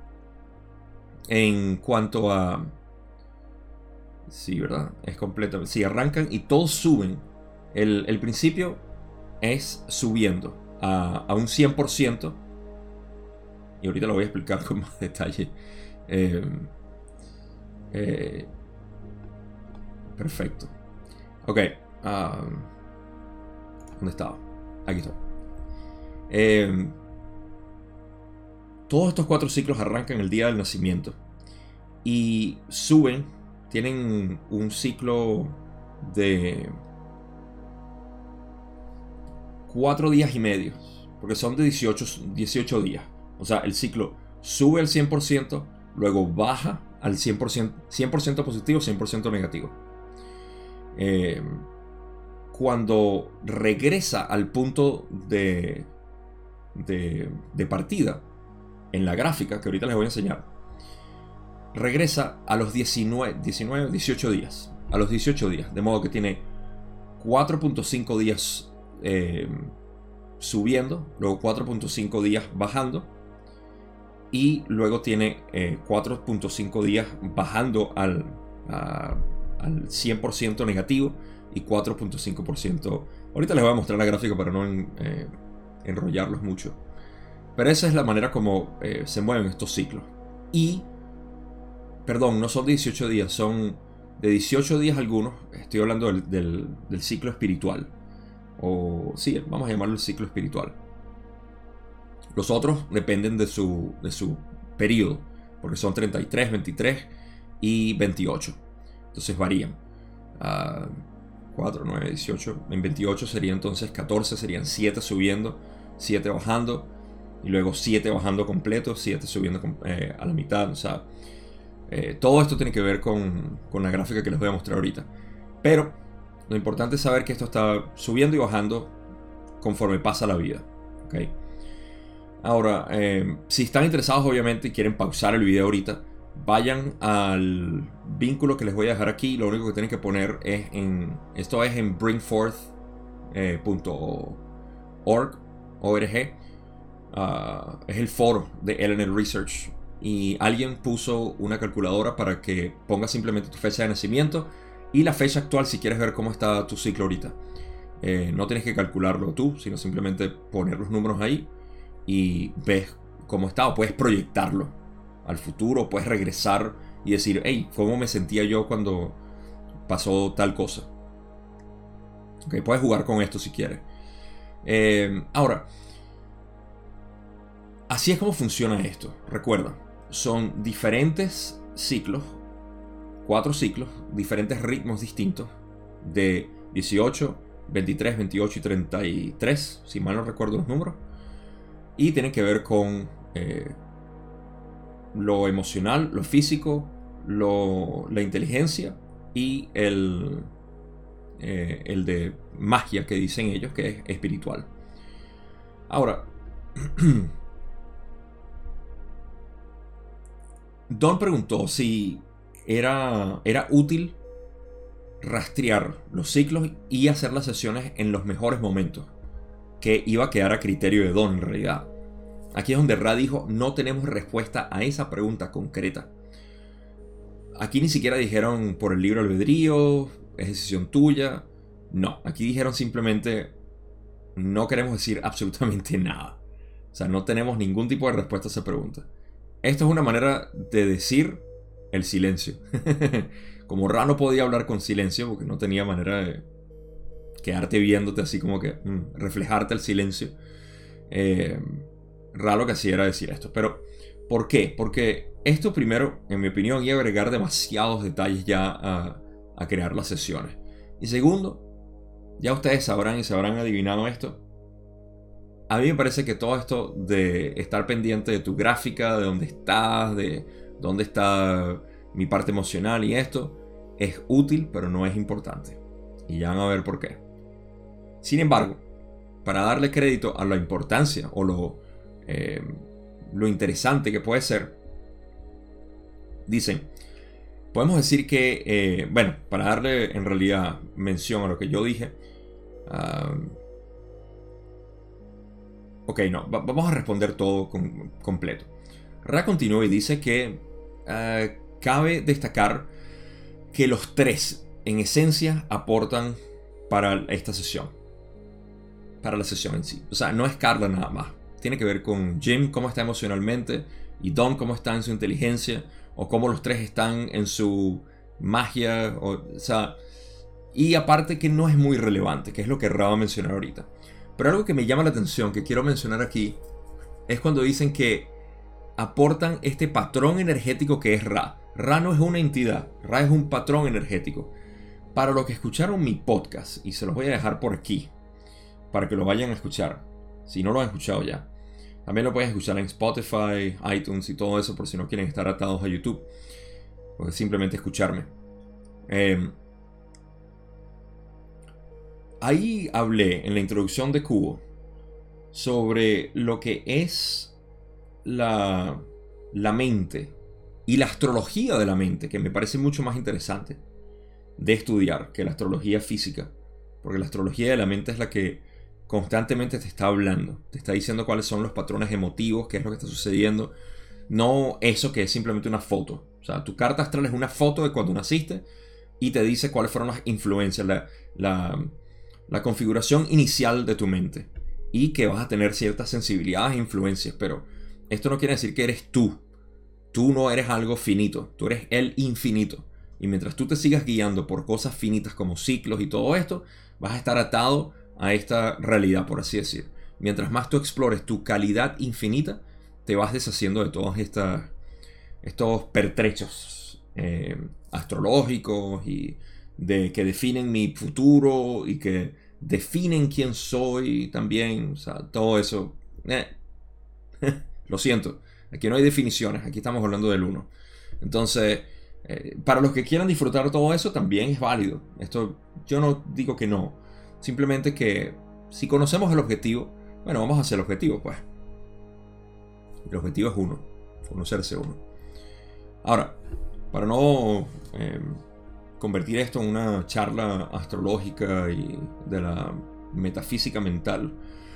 En cuanto a... Sí, ¿verdad? Es completamente... Sí, arrancan y todos suben. El principio es subiendo a un 100%. Y ahorita lo voy a explicar con más detalle. Perfecto. Ok. ¿Dónde estaba? Aquí está. Todos estos 4 ciclos arrancan el día del nacimiento. Y suben. Tienen un ciclo de 4 días y medio. Porque son de 18 días. O sea, el ciclo sube al 100%, luego baja al 100%, 100% positivo, 100% negativo. Cuando regresa al punto de partida, en la gráfica que ahorita les voy a enseñar, regresa a los 18 días. A los 18 días. De modo que tiene 4.5 días subiendo, luego 4.5 días bajando. Y luego tiene 4.5 días bajando al 100% negativo y 4.5%. Ahorita les voy a mostrar la gráfica para no enrollarlos mucho. Pero esa es la manera como se mueven estos ciclos. Y, perdón, no son 18 días, son de 18 días algunos. Estoy hablando del ciclo espiritual. O sí, vamos a llamarlo el ciclo espiritual. Los otros dependen de su periodo, porque son 33, 23 y 28. Entonces varían. 4, 9, 18. En 28 sería entonces 14, serían 7 subiendo, 7 bajando, y luego 7 bajando completo, 7 subiendo a la mitad. O sea, todo esto tiene que ver con la gráfica que les voy a mostrar ahorita. Pero lo importante es saber que esto está subiendo y bajando conforme pasa la vida. ¿Okay? Ahora, si están interesados obviamente y quieren pausar el video ahorita, vayan al vínculo que les voy a dejar aquí. Lo único que tienen que poner es esto es en bringforth.org. Es el foro de LNL Research. Y alguien puso una calculadora para que pongas simplemente tu fecha de nacimiento y la fecha actual si quieres ver cómo está tu ciclo ahorita. No tienes que calcularlo tú, sino simplemente poner los números ahí y ves cómo está, o puedes proyectarlo al futuro, puedes regresar y decir, hey, ¿cómo me sentía yo cuando pasó tal cosa? Okay, puedes jugar con esto si quieres. Ahora, así es como funciona esto. Recuerda, son diferentes ciclos, 4 ciclos, diferentes ritmos distintos de 18, 23, 28 y 33, si mal no recuerdo los números. Y tienen que ver con lo emocional, lo físico, la inteligencia y el de magia que dicen ellos, que es espiritual. Ahora, Don preguntó si era útil rastrear los ciclos y hacer las sesiones en los mejores momentos, que iba a quedar a criterio de Don en realidad. Aquí es donde Ra dijo, no tenemos respuesta a esa pregunta concreta. Aquí ni siquiera dijeron por el libre albedrío, es decisión tuya. No, aquí dijeron simplemente, no queremos decir absolutamente nada. O sea, no tenemos ningún tipo de respuesta a esa pregunta. Esto es una manera de decir el silencio. Como Ra no podía hablar con silencio porque no tenía manera de quedarte viéndote así como que reflejarte el silencio. Ra lo que hacía era decir esto. Pero, ¿por qué? Porque esto primero, en mi opinión, iba a agregar demasiados detalles ya a crear las sesiones. Y segundo, ya ustedes sabrán y se habrán adivinado esto. A mí me parece que todo esto de estar pendiente de tu gráfica, de dónde estás, de dónde está mi parte emocional y esto, es útil, pero no es importante. Y ya van a ver por qué. Sin embargo, para darle crédito a la importancia o lo interesante que puede ser, dicen, podemos decir que, bueno, para darle en realidad mención a lo que yo dije, ok, no, vamos a responder todo completo. Ra continuó y dice que cabe destacar que los 3 en esencia aportan para esta sesión, para la sesión en sí. O sea, no es Carla nada más. Tiene que ver con Jim, cómo está emocionalmente, y Don, cómo está en su inteligencia, o cómo los 3 están en su magia, o sea, y aparte que no es muy relevante, que es lo que Ra va a mencionar ahorita. Pero algo que me llama la atención, que quiero mencionar aquí, es cuando dicen que aportan este patrón energético que es Ra. Ra no es una entidad, Ra es un patrón energético. Para los que escucharon mi podcast, y se los voy a dejar por aquí, para que lo vayan a escuchar, si no lo han escuchado ya. También lo pueden escuchar en Spotify, iTunes y todo eso, por si no quieren estar atados a YouTube, o simplemente escucharme. Ahí hablé en la introducción de Cubo sobre lo que es la mente y la astrología de la mente, que me parece mucho más interesante de estudiar que la astrología física, porque la astrología de la mente es la que constantemente te está hablando, te está diciendo cuáles son los patrones emotivos, qué es lo que está sucediendo, no eso que es simplemente una foto. O sea, tu carta astral es una foto de cuando naciste y te dice cuáles fueron las influencias, la configuración inicial de tu mente, y que vas a tener ciertas sensibilidades e influencias, pero esto no quiere decir que eres tú. Tú no eres algo finito, tú eres el infinito. Y mientras tú te sigas guiando por cosas finitas como ciclos y todo esto, vas a estar atado a esta realidad, por así decir. Mientras más tú explores tu calidad infinita, te vas deshaciendo de todos estos pertrechos astrológicos y que definen mi futuro y que definen quién soy también. O sea, todo eso. Lo siento. Aquí no hay definiciones. Aquí estamos hablando del uno. Entonces, para los que quieran disfrutar todo eso, también es válido. Esto yo no digo que no. Simplemente que si conocemos el objetivo, bueno, vamos hacia el objetivo, pues. El objetivo es uno, conocerse uno. Ahora, para no convertir esto en una charla astrológica y de la metafísica mental,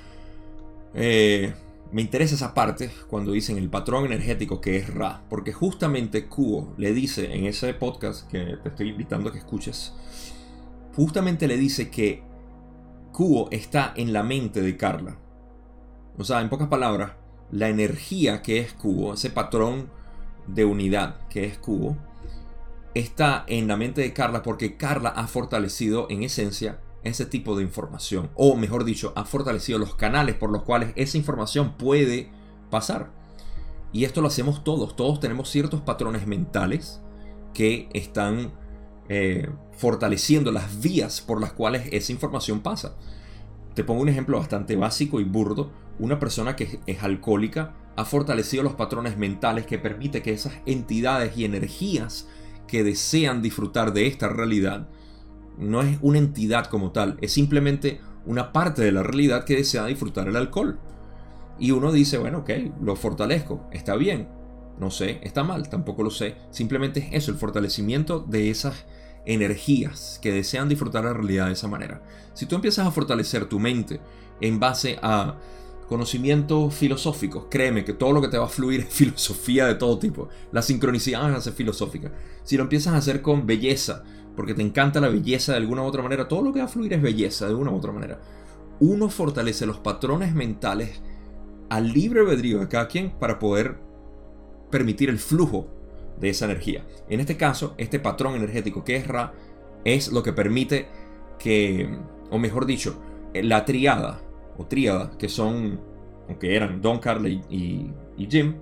me interesa esa parte cuando dicen el patrón energético que es Ra, porque justamente Kuo le dice en ese podcast que te estoy invitando a que escuches, justamente le dice que Kuo está en la mente de Carla. O sea, en pocas palabras, la energía que es Kuo, ese patrón de unidad que es Kuo, está en la mente de Carla porque Carla ha fortalecido en esencia ese tipo de información, o mejor dicho, ha fortalecido los canales por los cuales esa información puede pasar. Y esto lo hacemos todos tenemos ciertos patrones mentales que están fortaleciendo las vías por las cuales esa información pasa. Te pongo un ejemplo bastante básico y burdo. Una persona que es alcohólica ha fortalecido los patrones mentales que permite que esas entidades y energías que desean disfrutar de esta realidad, no es una entidad como tal, es simplemente una parte de la realidad que desea disfrutar el alcohol. Y uno dice, bueno, ok, lo fortalezco, está bien, no sé, está mal, tampoco lo sé. Simplemente es eso, el fortalecimiento de esas energías que desean disfrutar la realidad de esa manera. Si tú empiezas a fortalecer tu mente en base a conocimientos filosóficos, créeme que todo lo que te va a fluir es filosofía de todo tipo. La sincronicidad va a ser filosófica. Si lo empiezas a hacer con belleza, porque te encanta la belleza de alguna u otra manera, todo lo que va a fluir es belleza de una u otra manera. Uno fortalece los patrones mentales al libre albedrío de cada quien para poder permitir el flujo de esa energía. En este caso, este patrón energético que es Ra es lo que permite que, o mejor dicho, la tríada o tríada, que son, aunque eran Don, Carla y Jim,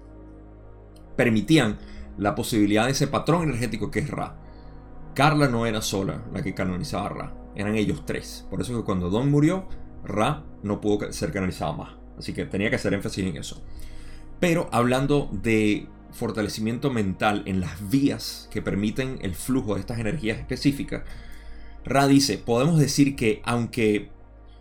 permitían la posibilidad de ese patrón energético que es Ra. Carla no era sola la que canalizaba a Ra, eran ellos tres. Por eso que cuando Don murió, Ra no pudo ser canalizado más. Así que tenía que hacer énfasis en eso. Pero hablando de fortalecimiento mental en las vías que permiten el flujo de estas energías específicas, Ra dice, podemos decir que aunque...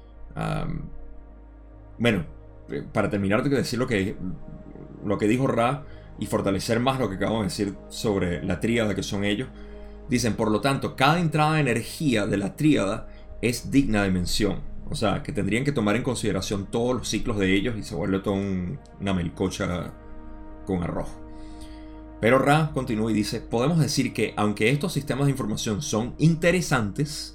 bueno, para terminar de decir lo que dijo Ra y fortalecer más lo que acabo de decir sobre la tríada que son ellos, dicen, por lo tanto, cada entrada de energía de la tríada es digna de mención. O sea, que tendrían que tomar en consideración todos los ciclos de ellos y se vuelve todo una melcocha con arroz. Pero Ra continúa y dice, podemos decir que aunque estos sistemas de información son interesantes,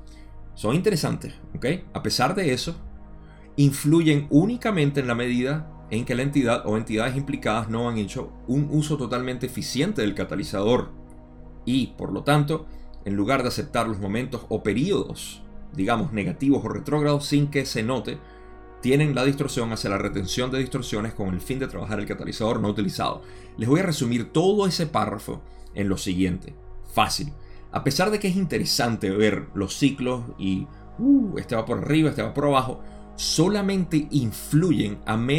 ¿ok? A pesar de eso, influyen únicamente en la medida en que la entidad o entidades implicadas no han hecho un uso totalmente eficiente del catalizador y, por lo tanto, en lugar de aceptar los momentos o periodos, digamos, negativos o retrógrados sin que se note, tienen la distorsión hacia la retención de distorsiones con el fin de trabajar el catalizador no utilizado. Les voy a resumir todo ese párrafo en lo siguiente. Fácil. A pesar de que es interesante ver los ciclos y este va por arriba, este va por abajo, solamente influyen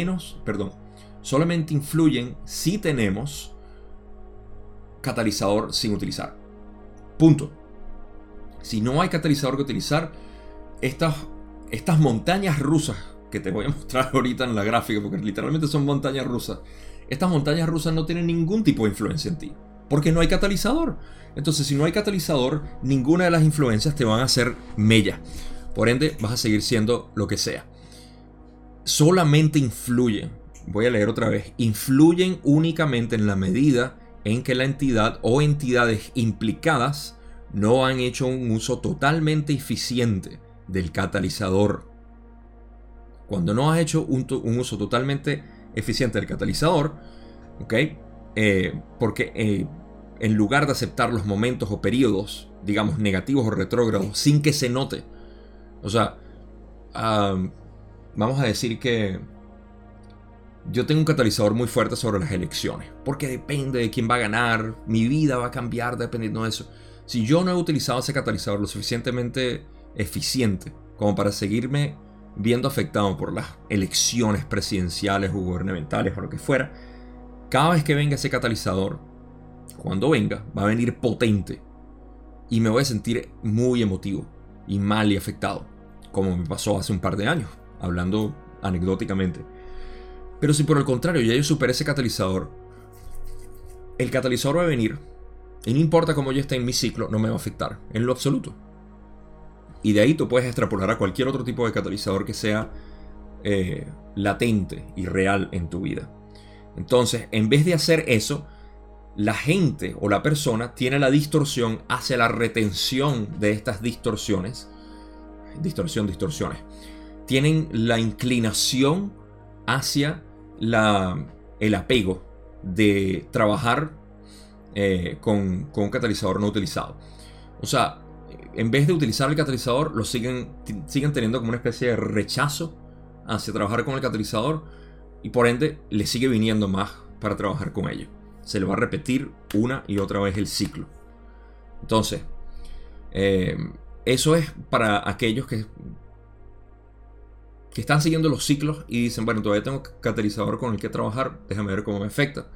si tenemos catalizador sin utilizar. Punto. Si no hay catalizador que utilizar, estas montañas rusas que te voy a mostrar ahorita en la gráfica, porque literalmente son montañas rusas, estas montañas rusas no tienen ningún tipo de influencia en ti, porque no hay catalizador. Entonces, si no hay catalizador, ninguna de las influencias te van a hacer mella. Por ende, vas a seguir siendo lo que sea. Solamente influyen, voy a leer otra vez, influyen únicamente en la medida en que la entidad o entidades implicadas no han hecho un uso totalmente eficiente del catalizador. Cuando no has hecho un uso totalmente eficiente del catalizador, ¿ok? Porque en lugar de aceptar los momentos o periodos, digamos, negativos o retrógrados, sin que se note, o sea, vamos a decir que yo tengo un catalizador muy fuerte sobre las elecciones, porque depende de quién va a ganar, mi vida va a cambiar dependiendo de eso. Si yo no he utilizado ese catalizador lo suficientemente eficiente como para seguirme viendo afectado por las elecciones presidenciales o gubernamentales o lo que fuera, cada vez que venga ese catalizador, cuando venga, va a venir potente y me voy a sentir muy emotivo y mal y afectado. como me pasó hace un par de años, hablando anecdóticamente. Pero si por el contrario ya yo superé ese catalizador, el catalizador va a venir y no importa cómo yo esté en mi ciclo, no me va a afectar en lo absoluto. Y de ahí tú puedes extrapolar a cualquier otro tipo de catalizador que sea latente y real en tu vida. Entonces, en vez de hacer eso, la gente o la persona tiene la distorsión hacia la retención de estas distorsiones. Distorsiones. Tienen la inclinación hacia el apego de trabajar con un catalizador no utilizado. O sea, en vez de utilizar el catalizador, lo siguen teniendo como una especie de rechazo hacia trabajar con el catalizador y por ende le sigue viniendo más para trabajar con ello. Se le va a repetir una y otra vez el ciclo. Entonces, eso es para aquellos que están siguiendo los ciclos y dicen, bueno, todavía tengo catalizador con el que trabajar, déjame ver cómo me afecta.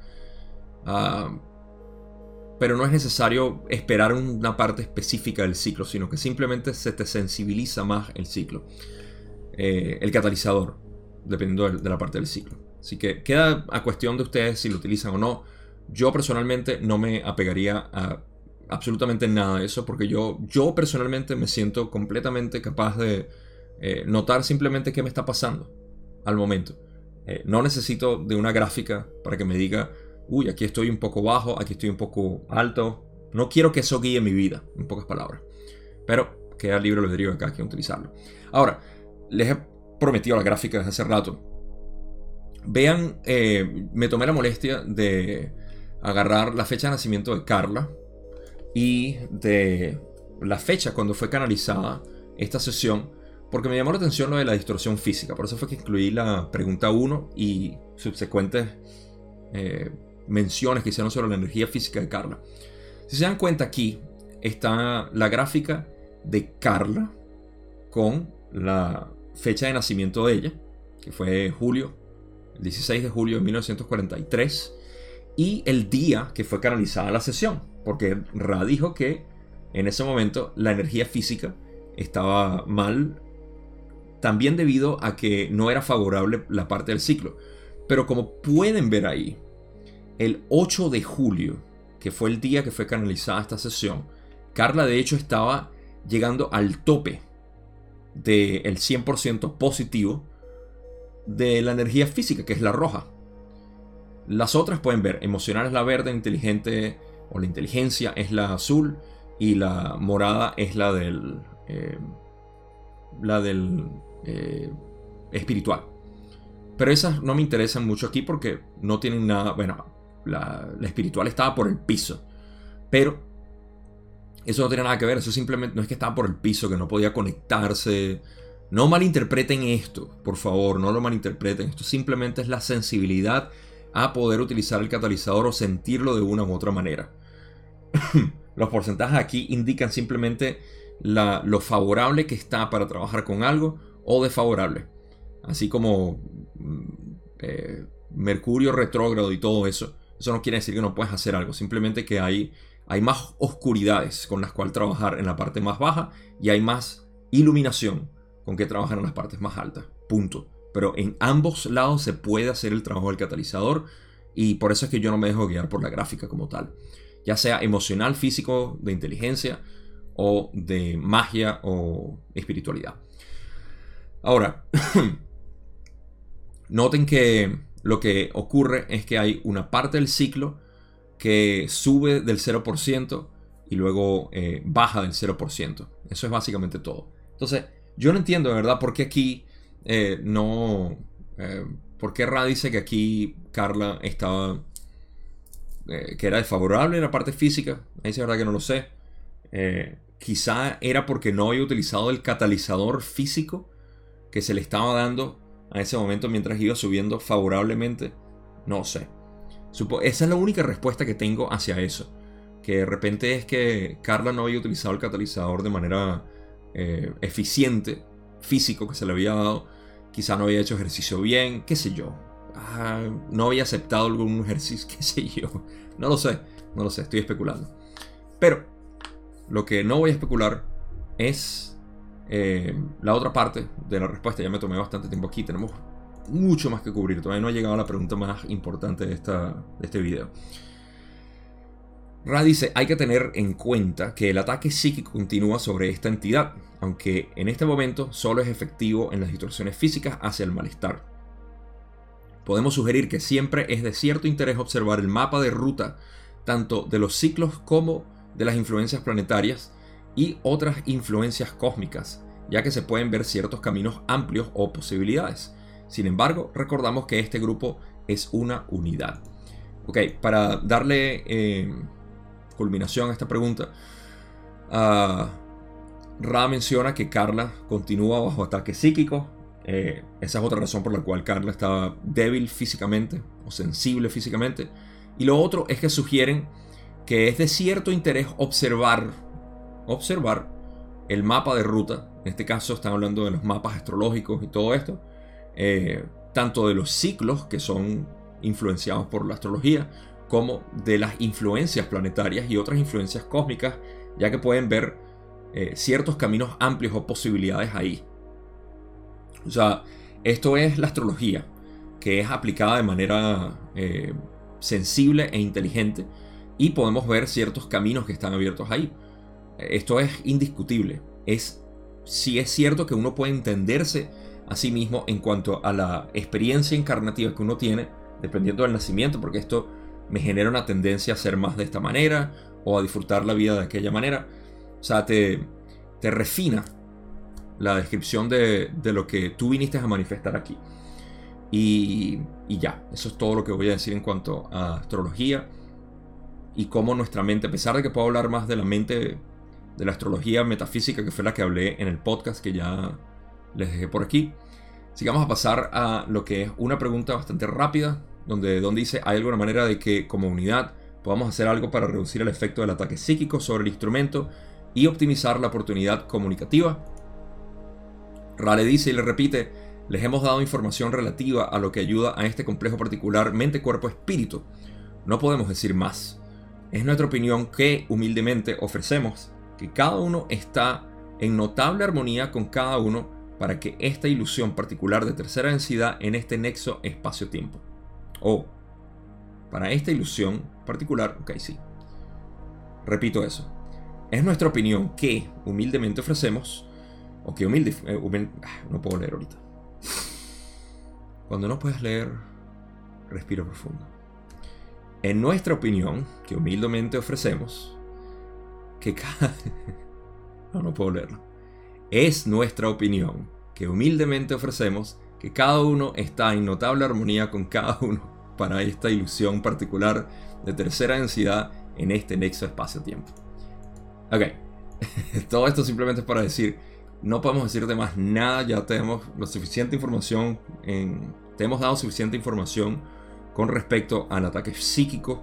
Pero no es necesario esperar una parte específica del ciclo, sino que simplemente se te sensibiliza más el ciclo. El catalizador, dependiendo de la parte del ciclo. Así que queda a cuestión de ustedes si lo utilizan o no. Yo personalmente no me apegaría a absolutamente nada de eso, porque yo personalmente me siento completamente capaz de notar simplemente qué me está pasando al momento. No necesito de una gráfica para que me diga, uy, aquí estoy un poco bajo, aquí estoy un poco alto. No quiero que eso guíe mi vida, en pocas palabras. Pero queda libre albedrío de cada quien utilizarlo. Ahora, les he prometido la gráfica desde hace rato. Vean, me tomé la molestia de agarrar la fecha de nacimiento de Carla y de la fecha cuando fue canalizada esta sesión, porque me llamó la atención lo de la distorsión física. Por eso fue que incluí la pregunta 1 y subsecuentes menciones que hicieron sobre la energía física de Carla. Si se dan cuenta, aquí está la gráfica de Carla con la fecha de nacimiento de ella, que fue el 16 de julio de 1943, y el día que fue canalizada la sesión, porque Ra dijo que en ese momento la energía física estaba mal, también debido a que no era favorable la parte del ciclo. Pero como pueden ver ahí, el 8 de julio, que fue el día que fue canalizada esta sesión, Carla de hecho estaba llegando al tope del 100% positivo de la energía física, que es la roja. Las otras pueden ver, emocional es la verde, inteligente o la inteligencia es la azul y la morada es la del espiritual. Pero esas no me interesan mucho aquí porque no tienen nada. Bueno, la espiritual estaba por el piso, pero eso no tiene nada que ver. Eso simplemente no es que estaba por el piso, que no podía conectarse. No malinterpreten esto, por favor, no lo malinterpreten. Esto simplemente es la sensibilidad a poder utilizar el catalizador o sentirlo de una u otra manera. Los porcentajes aquí indican simplemente lo favorable que está para trabajar con algo o desfavorable. Así como Mercurio retrógrado y todo eso. Eso no quiere decir que no puedes hacer algo. Simplemente que hay más oscuridades con las cuales trabajar en la parte más baja y hay más iluminación con que trabajar en las partes más altas. Punto. Pero en ambos lados se puede hacer el trabajo del catalizador y por eso es que yo no me dejo guiar por la gráfica como tal. Ya sea emocional, físico, de inteligencia o de magia o espiritualidad. Ahora, noten que lo que ocurre es que hay una parte del ciclo que sube del 0% y luego baja del 0%. Eso es básicamente todo. Entonces, yo no entiendo de verdad por qué aquí ¿por qué Ra dice que aquí Carla estaba que era desfavorable en la parte física? Ahí sí es verdad que no lo sé. Quizá era porque no había utilizado el catalizador físico que se le estaba dando a ese momento mientras iba subiendo favorablemente. No sé. Esa es la única respuesta que tengo hacia eso. Que de repente es que Carla no había utilizado el catalizador de manera eficiente, físico, que se le había dado. Quizá no había hecho ejercicio bien, qué sé yo. No había aceptado algún ejercicio, qué sé yo. No lo sé, estoy especulando. Pero lo que no voy a especular es La otra parte de la respuesta, ya me tomé bastante tiempo aquí, tenemos mucho más que cubrir, todavía no ha llegado a la pregunta más importante de este video. Ra dice, hay que tener en cuenta que el ataque psíquico continúa sobre esta entidad, aunque en este momento solo es efectivo en las distorsiones físicas hacia el malestar. Podemos sugerir que siempre es de cierto interés observar el mapa de ruta, tanto de los ciclos como de las influencias planetarias y otras influencias cósmicas, ya que se pueden ver ciertos caminos amplios o posibilidades. Sin embargo, recordamos que este grupo es una unidad. Ok, para darle culminación a esta pregunta, Ra menciona que Carla continúa bajo ataque psíquico. Esa es otra razón por la cual Carla estaba débil físicamente o sensible físicamente. Y lo otro es que sugieren que es de cierto interés observar el mapa de ruta. En este caso están hablando de los mapas astrológicos y todo esto, tanto de los ciclos que son influenciados por la astrología, como de las influencias planetarias y otras influencias cósmicas, ya que pueden ver ciertos caminos amplios o posibilidades ahí. O sea, esto es la astrología, que es aplicada de manera sensible e inteligente, y podemos ver ciertos caminos que están abiertos ahí. Esto es indiscutible. Sí es cierto que uno puede entenderse a sí mismo en cuanto a la experiencia encarnativa que uno tiene, dependiendo del nacimiento, porque esto me genera una tendencia a ser más de esta manera o a disfrutar la vida de aquella manera. O sea, te refina la descripción de lo que tú viniste a manifestar aquí. Y ya, eso es todo lo que voy a decir en cuanto a astrología y cómo nuestra mente, a pesar de que puedo hablar más de la mente de la astrología metafísica, que fue la que hablé en el podcast que ya les dejé por aquí, sigamos a pasar a lo que es una pregunta bastante rápida, donde dice, ¿hay alguna manera de que como unidad podamos hacer algo para reducir el efecto del ataque psíquico sobre el instrumento y optimizar la oportunidad comunicativa? Ra le dice y le repite, les hemos dado información relativa a lo que ayuda a este complejo particular mente-cuerpo-espíritu. No podemos decir más. Es nuestra opinión que humildemente ofrecemos que cada uno está en notable armonía con cada uno para que esta ilusión particular de tercera densidad en este nexo espacio-tiempo. Para esta ilusión particular, ok, sí. Repito eso. Es nuestra opinión que humildemente ofrecemos, o que no puedo leer ahorita. Cuando no puedes leer, respiro profundo. En nuestra opinión, que humildemente ofrecemos, que cada... no puedo leerlo. Es nuestra opinión, que humildemente ofrecemos, que cada uno está en notable armonía con cada uno para esta ilusión particular de tercera densidad en este nexo espacio-tiempo. Ok, todo esto simplemente es para decir, no podemos decirte más nada, ya tenemos la suficiente información, te hemos dado suficiente información con respecto al ataque psíquico,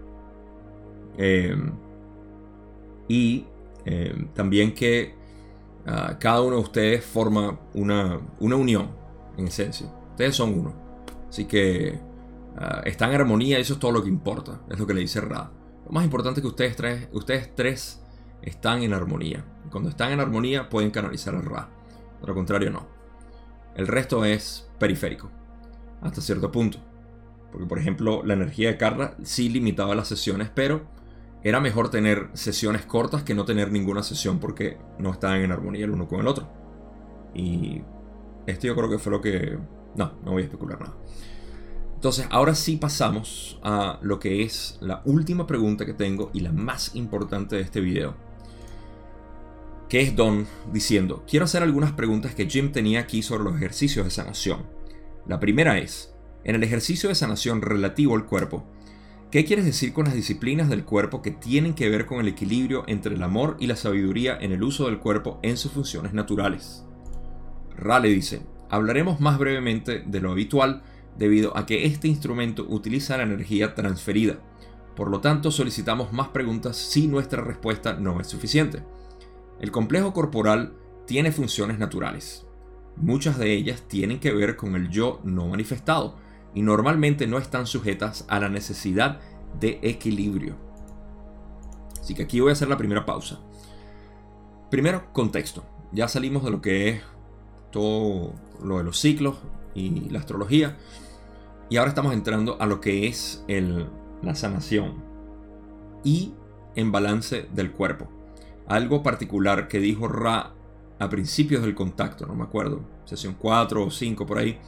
y también que cada uno de ustedes forma una unión, en esencia. Ustedes son uno, así que están en armonía y eso es todo lo que importa, es lo que le dice Ra. Lo más importante es que ustedes tres están en armonía. Cuando están en armonía pueden canalizar a Ra. De lo contrario no. El resto es periférico, hasta cierto punto. Porque por ejemplo la energía de Carla sí limitaba las sesiones, pero era mejor tener sesiones cortas que no tener ninguna sesión porque no estaban en armonía el uno con el otro. Y esto yo creo que fue lo que... No voy a especular nada. Entonces ahora sí pasamos a lo que es la última pregunta que tengo y la más importante de este video, que es Don diciendo, quiero hacer algunas preguntas que Jim tenía aquí sobre los ejercicios de sanación. La primera es, en el ejercicio de sanación relativo al cuerpo, ¿qué quieres decir con las disciplinas del cuerpo que tienen que ver con el equilibrio entre el amor y la sabiduría en el uso del cuerpo en sus funciones naturales? Ra le dice, hablaremos más brevemente de lo habitual debido a que este instrumento utiliza la energía transferida. Por lo tanto, solicitamos más preguntas si nuestra respuesta no es suficiente. El complejo corporal tiene funciones naturales. Muchas de ellas tienen que ver con el yo no manifestado y normalmente no están sujetas a la necesidad de equilibrio. Así que aquí voy a hacer la primera pausa. Primero, contexto. ya salimos de lo que es todo lo de los ciclos y la astrología. Y ahora estamos entrando a lo que es la sanación y en balance del cuerpo. Algo particular que dijo Ra a principios del contacto, no me acuerdo, sesión 4 o 5 por ahí,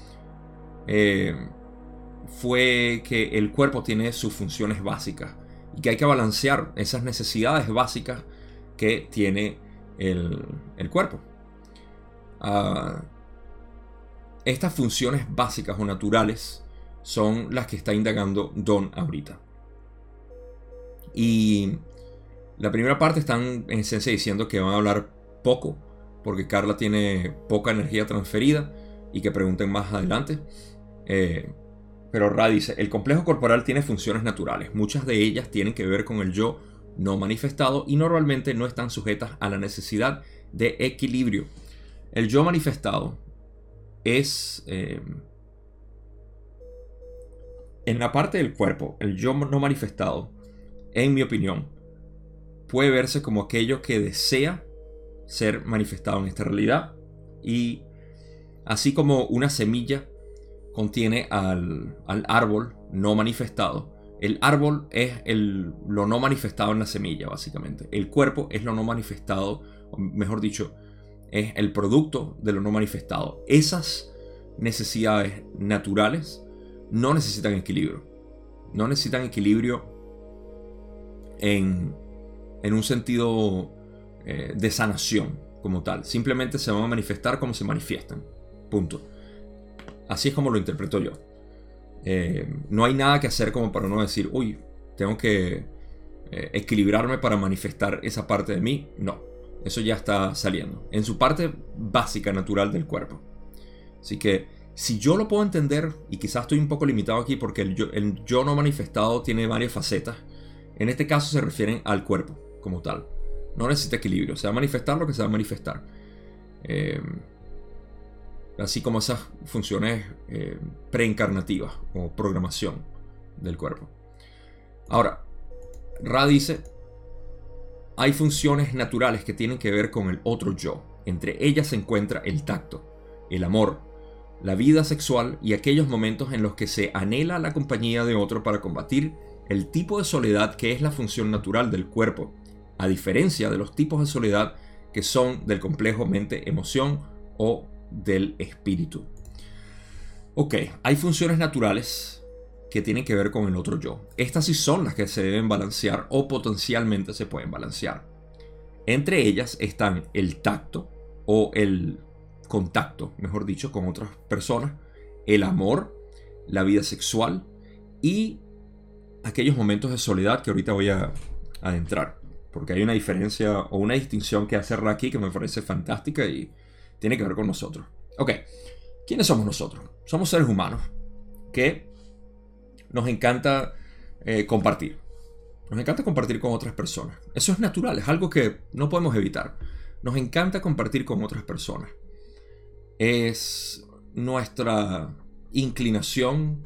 fue que el cuerpo tiene sus funciones básicas y que hay que balancear esas necesidades básicas que tiene el cuerpo. Estas funciones básicas o naturales son las que está indagando Don ahorita. Y la primera parte están en esencia diciendo que van a hablar poco, porque Carla tiene poca energía transferida y que pregunten más adelante. Pero Ra dice, el complejo corporal tiene funciones naturales. Muchas de ellas tienen que ver con el yo no manifestado y normalmente no están sujetas a la necesidad de equilibrio. El yo manifestado es... en la parte del cuerpo, el yo no manifestado, en mi opinión, puede verse como aquello que desea ser manifestado en esta realidad. Y así como una semilla contiene al árbol no manifestado, el árbol es lo no manifestado en la semilla, básicamente. El cuerpo es lo no manifestado, o mejor dicho, es el producto de lo no manifestado. Esas necesidades naturales no necesitan equilibrio. No necesitan equilibrio en un sentido de sanación como tal. Simplemente se van a manifestar como se manifiestan. Punto. Así es como lo interpreto yo. No hay nada que hacer como para no decir, uy, tengo que equilibrarme para manifestar esa parte de mí. No, eso ya está saliendo en su parte básica, natural del cuerpo. Así que si yo lo puedo entender, y quizás estoy un poco limitado aquí porque el yo no manifestado tiene varias facetas, en este caso se refieren al cuerpo como tal. No necesita equilibrio, se va a manifestar lo que se va a manifestar. Así como esas funciones preencarnativas o programación del cuerpo. Ahora, Ra dice, hay funciones naturales que tienen que ver con el otro yo. Entre ellas se encuentra el tacto, el amor, la vida sexual y aquellos momentos en los que se anhela la compañía de otro para combatir el tipo de soledad que es la función natural del cuerpo, a diferencia de los tipos de soledad que son del complejo mente-emoción o del espíritu. Ok, hay funciones naturales que tienen que ver con el otro yo. Estas sí son las que se deben balancear o potencialmente se pueden balancear. Entre ellas están el tacto o el contacto, mejor dicho, con otras personas, el amor, la vida sexual y aquellos momentos de soledad que ahorita voy a adentrar, porque hay una diferencia o una distinción que hace Ra aquí que me parece fantástica y tiene que ver con nosotros. Ok, ¿quiénes somos nosotros? Somos seres humanos que nos encanta compartir. Nos encanta compartir con otras personas. Eso es natural, es algo que no podemos evitar. Nos encanta compartir con otras personas. Es nuestra inclinación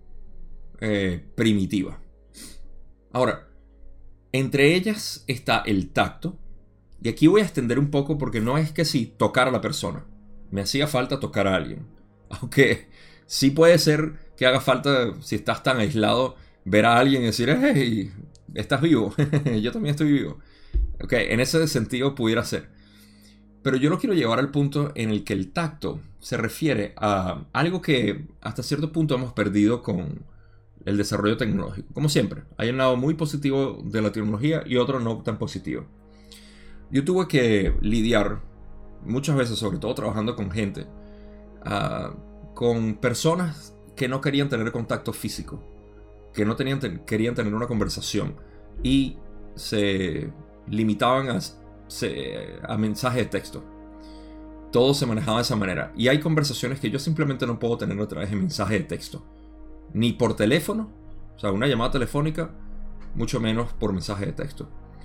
primitiva. Ahora, entre ellas está el tacto. Y aquí voy a extender un poco porque no es que si tocar a la persona. Me hacía falta tocar a alguien. Aunque sí puede ser que haga falta, si estás tan aislado, ver a alguien y decir, hey, estás vivo. Yo también estoy vivo. Ok, en ese sentido pudiera ser. Pero yo lo quiero llevar al punto en el que el tacto se refiere a algo que hasta cierto punto hemos perdido con el desarrollo tecnológico. Como siempre, hay un lado muy positivo de la tecnología y otro no tan positivo. Yo tuve que lidiar muchas veces, sobre todo trabajando con gente, con personas que no querían tener contacto físico, que no querían tener una conversación y se limitaban a mensajes de texto. Todo se manejaba de esa manera. Y hay conversaciones que yo simplemente no puedo tener a través de mensaje de texto. Ni por teléfono, o sea, una llamada telefónica, mucho menos por mensaje de texto.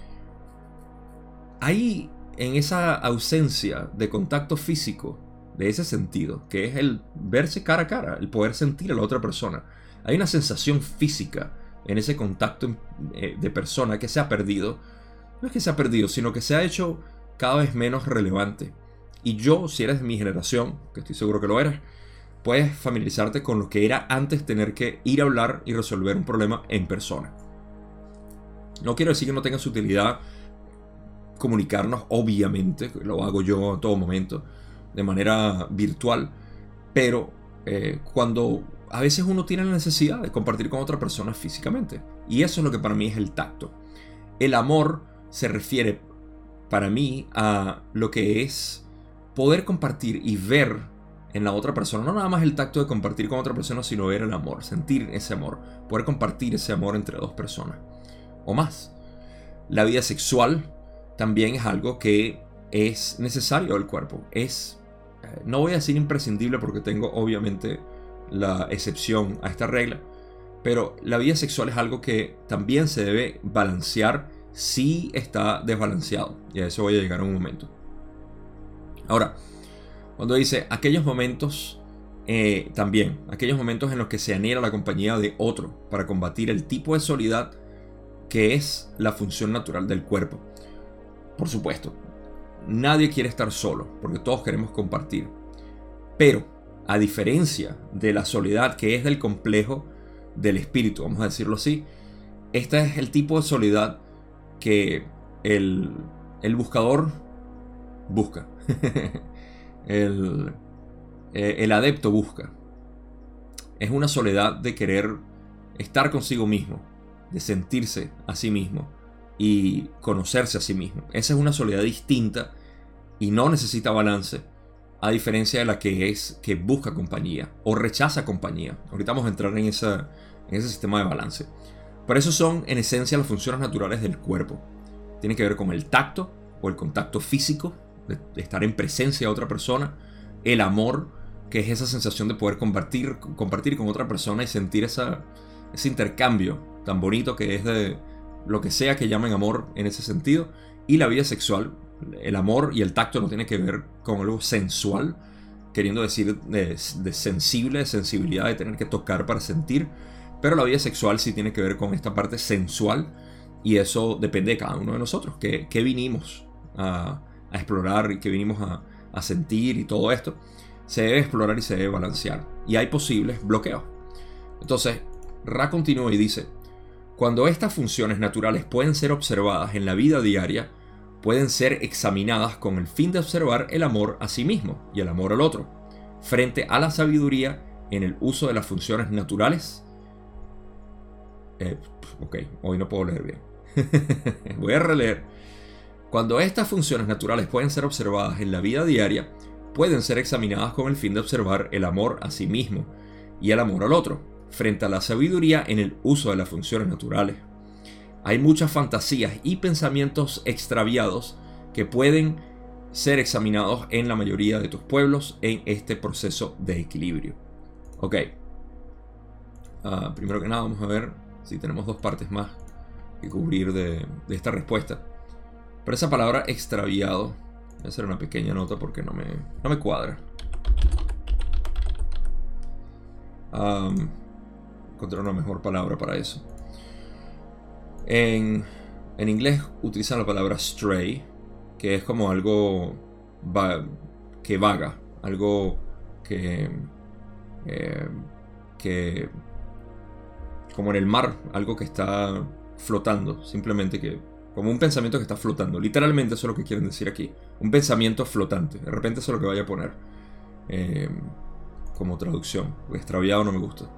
Ahí, en esa ausencia de contacto físico, de ese sentido, que es el verse cara a cara, el poder sentir a la otra persona, hay una sensación física en ese contacto de persona que se ha perdido. No es que se ha perdido, sino que se ha hecho cada vez menos relevante Y si eres de mi generación, que estoy seguro que lo eres, puedes familiarizarte con lo que era antes tener que ir a hablar y resolver un problema en persona. No quiero decir que no tenga su utilidad comunicarnos, obviamente, lo hago yo a todo momento, de manera virtual, pero cuando a veces uno tiene la necesidad de compartir con otra persona físicamente. Y eso es lo que para mí es el tacto. El amor se refiere para mí a lo que es poder compartir y ver en la otra persona, no nada más el tacto de compartir con otra persona, sino ver el amor, sentir ese amor, poder compartir ese amor entre dos personas o más. La vida sexual también es algo que es necesario del cuerpo. No voy a decir imprescindible porque tengo obviamente la excepción a esta regla, pero la vida sexual es algo que también se debe balancear si está desbalanceado. Y a eso voy a llegar en un momento. Ahora, cuando dice aquellos momentos, también aquellos momentos en los que se anhela la compañía de otro para combatir el tipo de soledad que es la función natural del cuerpo. Por supuesto, nadie quiere estar solo, porque todos queremos compartir. Pero, a diferencia de la soledad que es del complejo del espíritu, vamos a decirlo así, este es el tipo de soledad que el buscador busca. el adepto busca. Es una soledad de querer estar consigo mismo, de sentirse a sí mismo y conocerse a sí mismo. Esa es una soledad distinta y no necesita balance, a diferencia de la que busca compañía o rechaza compañía. Ahorita vamos a entrar en ese sistema de balance. Por eso son en esencia las funciones naturales del cuerpo. Tiene que ver con el tacto o el contacto físico, de estar en presencia de otra persona, el amor, que es esa sensación de poder compartir con otra persona y sentir ese intercambio tan bonito que es de lo que sea que llamen amor en ese sentido. Y la vida sexual, el amor y el tacto no tiene que ver con algo sensual, queriendo decir de sensible, de sensibilidad, de tener que tocar para sentir, pero la vida sexual sí tiene que ver con esta parte sensual, y eso depende de cada uno de nosotros, que vinimos a explorar y que vinimos a sentir, y todo esto se debe explorar y se debe balancear, y hay posibles bloqueos. Entonces Ra continúa y dice: cuando estas funciones naturales pueden ser observadas en la vida diaria, pueden ser examinadas con el fin de observar el amor a sí mismo y el amor al otro, frente a la sabiduría en el uso de las funciones naturales. Hoy no puedo leer bien. Voy a releer. Cuando estas funciones naturales pueden ser observadas en la vida diaria, pueden ser examinadas con el fin de observar el amor a sí mismo y el amor al otro, frente a la sabiduría en el uso de las funciones naturales. Hay muchas fantasías y pensamientos extraviados que pueden ser examinados en la mayoría de tus pueblos en este proceso de equilibrio. Ok. Primero que nada vamos a ver si tenemos dos partes más que cubrir de esta respuesta. Pero esa palabra extraviado, voy a hacer una pequeña nota porque no me cuadra. Encontré una mejor palabra para eso. En inglés utilizan la palabra stray, que es como algo que vaga, algo que como en el mar, algo que está flotando, simplemente como un pensamiento que está flotando. Literalmente eso es lo que quieren decir aquí, un pensamiento flotante. De repente eso es lo que vaya a poner como traducción. Extraviado no me gusta.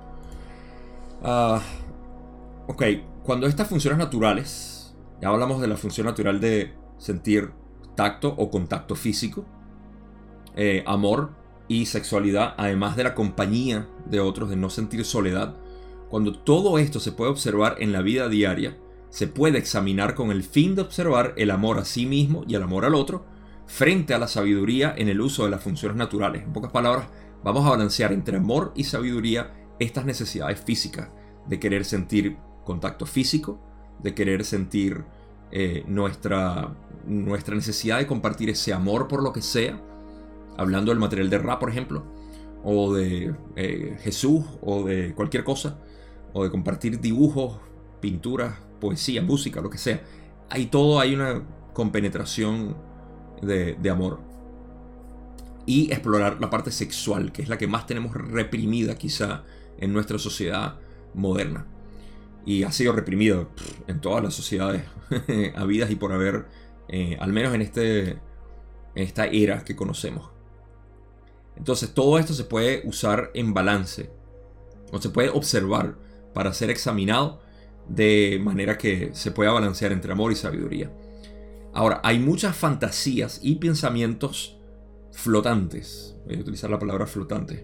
Ok, cuando estas funciones naturales, ya hablamos de la función natural de sentir tacto o contacto físico, amor y sexualidad, además de la compañía de otros, de no sentir soledad. Cuando todo esto se puede observar en la vida diaria, se puede examinar con el fin de observar el amor a sí mismo y el amor al otro, frente a la sabiduría en el uso de las funciones naturales. En pocas palabras, vamos a balancear entre amor y sabiduría estas necesidades físicas, de querer sentir contacto físico, de querer sentir nuestra necesidad de compartir ese amor por lo que sea, hablando del material de Ra, por ejemplo, o de Jesús, o de cualquier cosa, o de compartir dibujos, pinturas, poesía, música, lo que sea. Hay una compenetración de amor. y explorar la parte sexual, que es la que más tenemos reprimida quizá en nuestra sociedad moderna. Y ha sido reprimida en todas las sociedades habidas y por haber, al menos en esta era que conocemos. Entonces todo esto se puede usar en balance, o se puede observar para ser examinado de manera que se pueda balancear entre amor y sabiduría. Ahora, hay muchas fantasías y pensamientos flotantes, voy a utilizar la palabra flotante,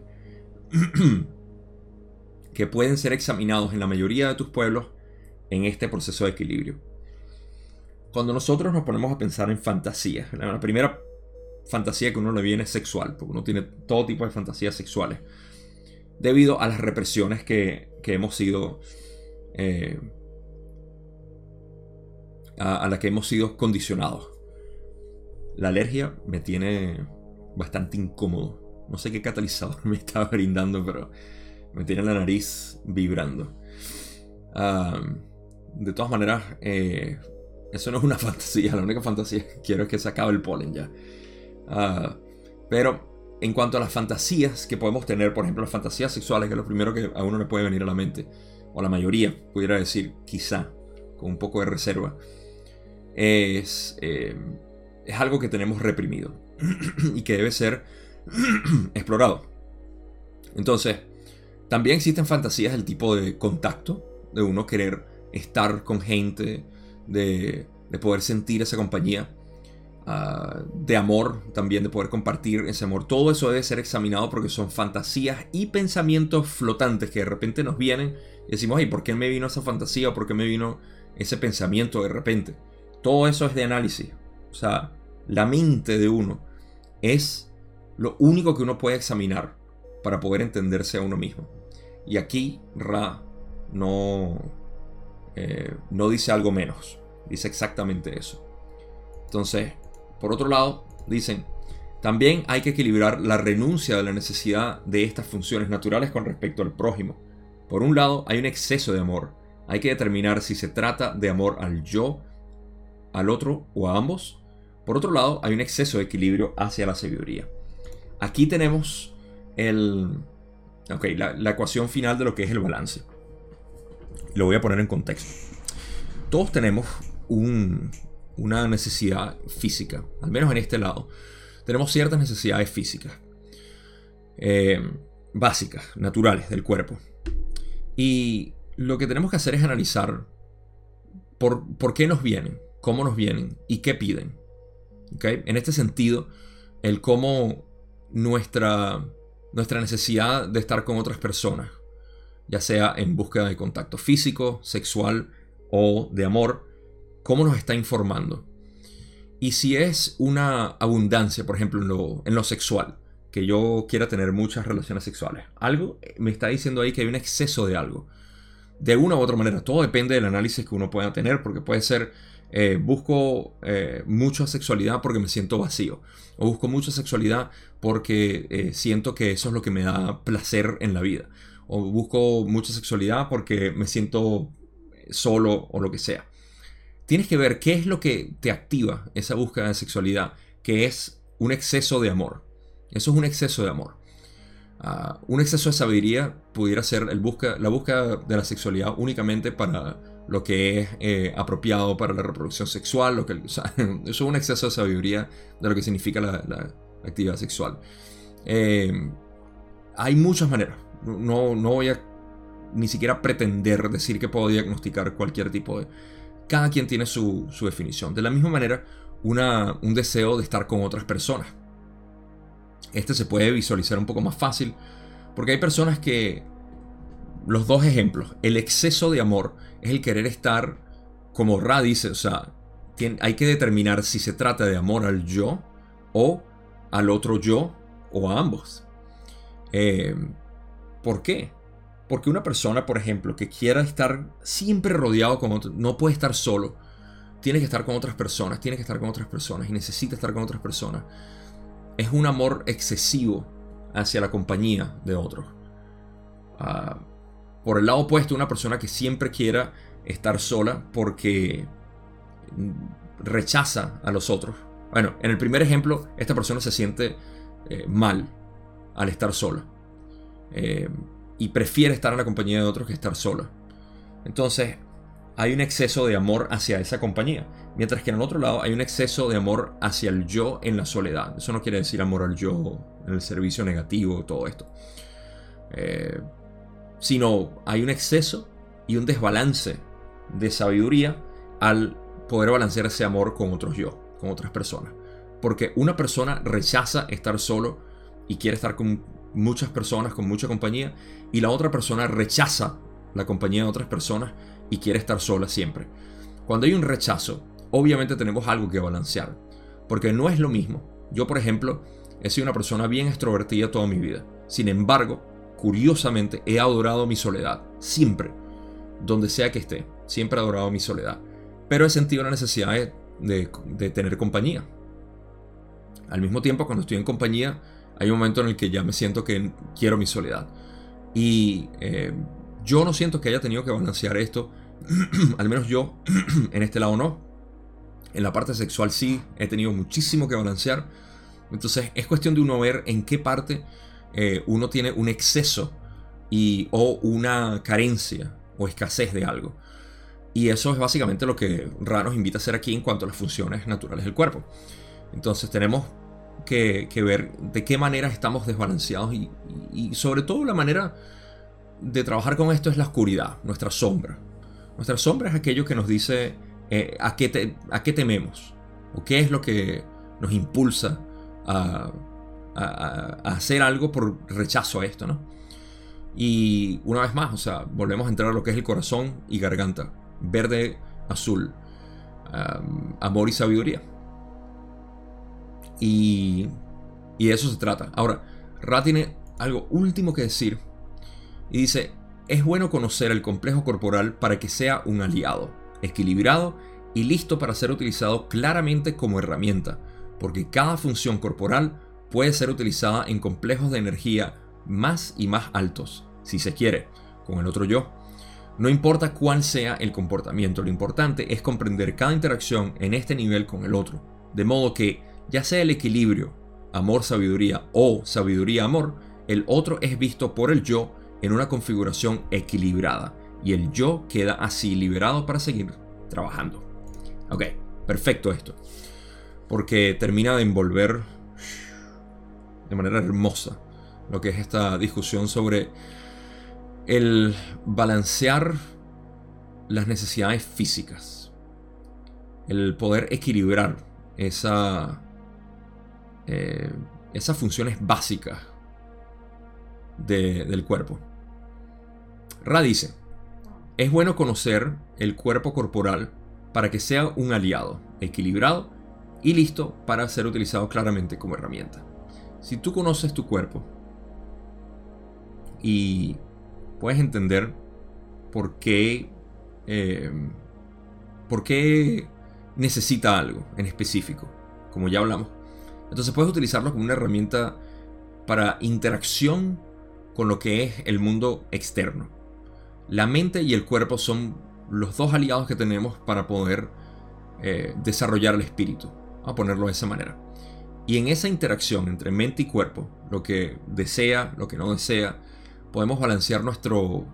que pueden ser examinados en la mayoría de tus pueblos en este proceso de equilibrio. Cuando nosotros nos ponemos a pensar en fantasías, la primera fantasía que uno le viene es sexual, porque uno tiene todo tipo de fantasías sexuales, debido a las represiones que hemos sido a las que hemos sido condicionados. La alergia me tiene bastante incómodo. No sé qué catalizador me está brindando, pero me tiene la nariz vibrando. De todas maneras, eso no es una fantasía. La única fantasía que quiero es que se acabe el polen ya. Pero en cuanto a las fantasías que podemos tener, por ejemplo, las fantasías sexuales, que es lo primero que a uno le puede venir a la mente, o la mayoría, pudiera decir, quizá, con un poco de reserva, es algo que tenemos reprimido y que debe ser explorado. Entonces, también existen fantasías del tipo de contacto, de uno querer estar con gente, de poder sentir esa compañía, de amor también, de poder compartir ese amor. Todo eso debe ser examinado porque son fantasías y pensamientos flotantes que de repente nos vienen y decimos, ay, ¿por qué me vino esa fantasía o por qué me vino ese pensamiento de repente? Todo eso es de análisis. O sea, la mente de uno es lo único que uno puede examinar para poder entenderse a uno mismo. Y aquí Ra no dice algo menos. Dice exactamente eso. Entonces, por otro lado, dicen, también hay que equilibrar la renuncia de la necesidad de estas funciones naturales con respecto al prójimo. Por un lado, hay un exceso de amor. Hay que determinar si se trata de amor al yo, al otro o a ambos. Por otro lado, hay un exceso de equilibrio hacia la sabiduría. Aquí tenemos la ecuación final de lo que es el balance. Lo voy a poner en contexto. Todos tenemos una necesidad física, al menos en este lado. Tenemos ciertas necesidades físicas, básicas, naturales del cuerpo. Y lo que tenemos que hacer es analizar por qué nos vienen, cómo nos vienen y qué piden. ¿Okay? En este sentido, el cómo nuestra necesidad de estar con otras personas, ya sea en búsqueda de contacto físico, sexual o de amor, cómo nos está informando. Y si es una abundancia, por ejemplo, en lo sexual, que yo quiera tener muchas relaciones sexuales, algo me está diciendo ahí que hay un exceso de algo. De una u otra manera, todo depende del análisis que uno pueda tener, porque puede ser, busco mucha sexualidad porque me siento vacío, o busco mucha sexualidad porque siento que eso es lo que me da placer en la vida, o busco mucha sexualidad porque me siento solo o lo que sea. Tienes que ver qué es lo que te activa esa búsqueda de sexualidad, que es un exceso de amor. Eso es un exceso de amor. Un exceso de sabiduría pudiera ser la búsqueda de la sexualidad únicamente para lo que es apropiado para la reproducción sexual. Eso es un exceso de sabiduría de lo que significa la actividad sexual. Hay muchas maneras. No voy a ni siquiera pretender decir que puedo diagnosticar cualquier tipo de... Cada quien tiene su definición. De la misma manera, un deseo de estar con otras personas. Este se puede visualizar un poco más fácil, porque hay personas que... Los dos ejemplos. El exceso de amor es el querer estar, como Ra dice, o sea, hay que determinar si se trata de amor al yo, o al otro yo, o a ambos. ¿Por qué? Porque una persona, por ejemplo, que quiera estar siempre rodeado con otros, no puede estar solo. Tiene que estar con otras personas, y necesita estar con otras personas. Es un amor excesivo hacia la compañía de otros. Por el lado opuesto, una persona que siempre quiera estar sola porque rechaza a los otros. Bueno, en el primer ejemplo, esta persona se siente mal al estar sola. Y prefiere estar en la compañía de otros que estar sola. Entonces hay un exceso de amor hacia esa compañía, mientras que en el otro lado hay un exceso de amor hacia el yo en la soledad. Eso no quiere decir amor al yo en el servicio negativo, todo esto, sino hay un exceso y un desbalance de sabiduría al poder balancear ese amor con otros yo, con otras personas. Porque una persona rechaza estar solo y quiere estar con muchas personas, con mucha compañía, y la otra persona rechaza la compañía de otras personas y quiere estar sola siempre. Cuando hay un rechazo, obviamente tenemos algo que balancear, porque no es lo mismo. Yo, por ejemplo, he sido una persona bien extrovertida toda mi vida. Sin embargo, curiosamente, he adorado mi soledad, siempre, donde sea que esté, siempre he adorado mi soledad. Pero he sentido la necesidad de tener compañía. Al mismo tiempo, cuando estoy en compañía, hay un momento en el que ya me siento que quiero mi soledad. Y yo no siento que haya tenido que balancear esto, al menos yo, en este lado no. En la parte sexual sí, he tenido muchísimo que balancear. Entonces es cuestión de uno ver en qué parte uno tiene un exceso o una carencia o escasez de algo. Y eso es básicamente lo que Ra nos invita a hacer aquí en cuanto a las funciones naturales del cuerpo. Entonces tenemos que ver de qué manera estamos desbalanceados y sobre todo la manera de trabajar con esto es la oscuridad, nuestra sombra. Nuestra sombra es aquello que nos dice a qué tememos o qué es lo que nos impulsa a hacer algo por rechazo a esto, ¿no? Y una vez más, o sea, volvemos a entrar a lo que es el corazón y garganta, verde, azul, amor y sabiduría. Y de eso se trata. Ahora, Ra tiene algo último que decir y dice: es bueno conocer el complejo corporal para que sea un aliado, equilibrado y listo para ser utilizado claramente como herramienta, porque cada función corporal puede ser utilizada en complejos de energía más y más altos, si se quiere, con el otro yo. No importa cuál sea el comportamiento, lo importante es comprender cada interacción en este nivel con el otro, de modo que, ya sea el equilibrio, amor-sabiduría o sabiduría-amor, el otro es visto por el yo en una configuración equilibrada y el yo queda así liberado para seguir trabajando. Ok, perfecto esto, porque termina de envolver de manera hermosa lo que es esta discusión sobre el balancear las necesidades físicas, el poder equilibrar esas funciones básicas del cuerpo. Ra dice: es bueno conocer el cuerpo corporal para que sea un aliado, equilibrado y listo para ser utilizado claramente como herramienta. Si tú conoces tu cuerpo y puedes entender por qué necesita algo en específico, como ya hablamos, entonces puedes utilizarlo como una herramienta para interacción con lo que es el mundo externo. La mente y el cuerpo son los dos aliados que tenemos para poder desarrollar el espíritu, a ponerlo de esa manera. Y en esa interacción entre mente y cuerpo, lo que desea, lo que no desea, podemos balancear nuestro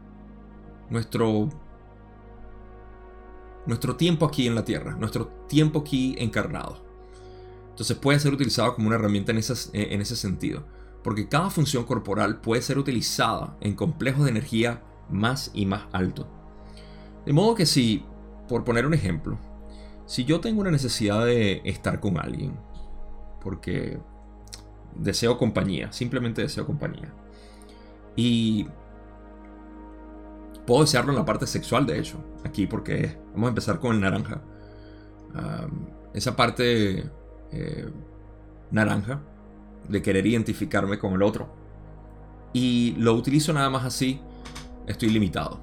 tiempo aquí en la Tierra, nuestro tiempo aquí encarnado. Entonces puede ser utilizado como una herramienta en ese sentido, porque cada función corporal puede ser utilizada en complejos de energía más y más alto. De modo que si, por poner un ejemplo, si yo tengo una necesidad de estar con alguien, porque deseo compañía, simplemente deseo compañía, y puedo desearlo en la parte sexual, de hecho, aquí, porque vamos a empezar con el naranja. Esa parte naranja de querer identificarme con el otro, y lo utilizo nada más así, estoy limitado.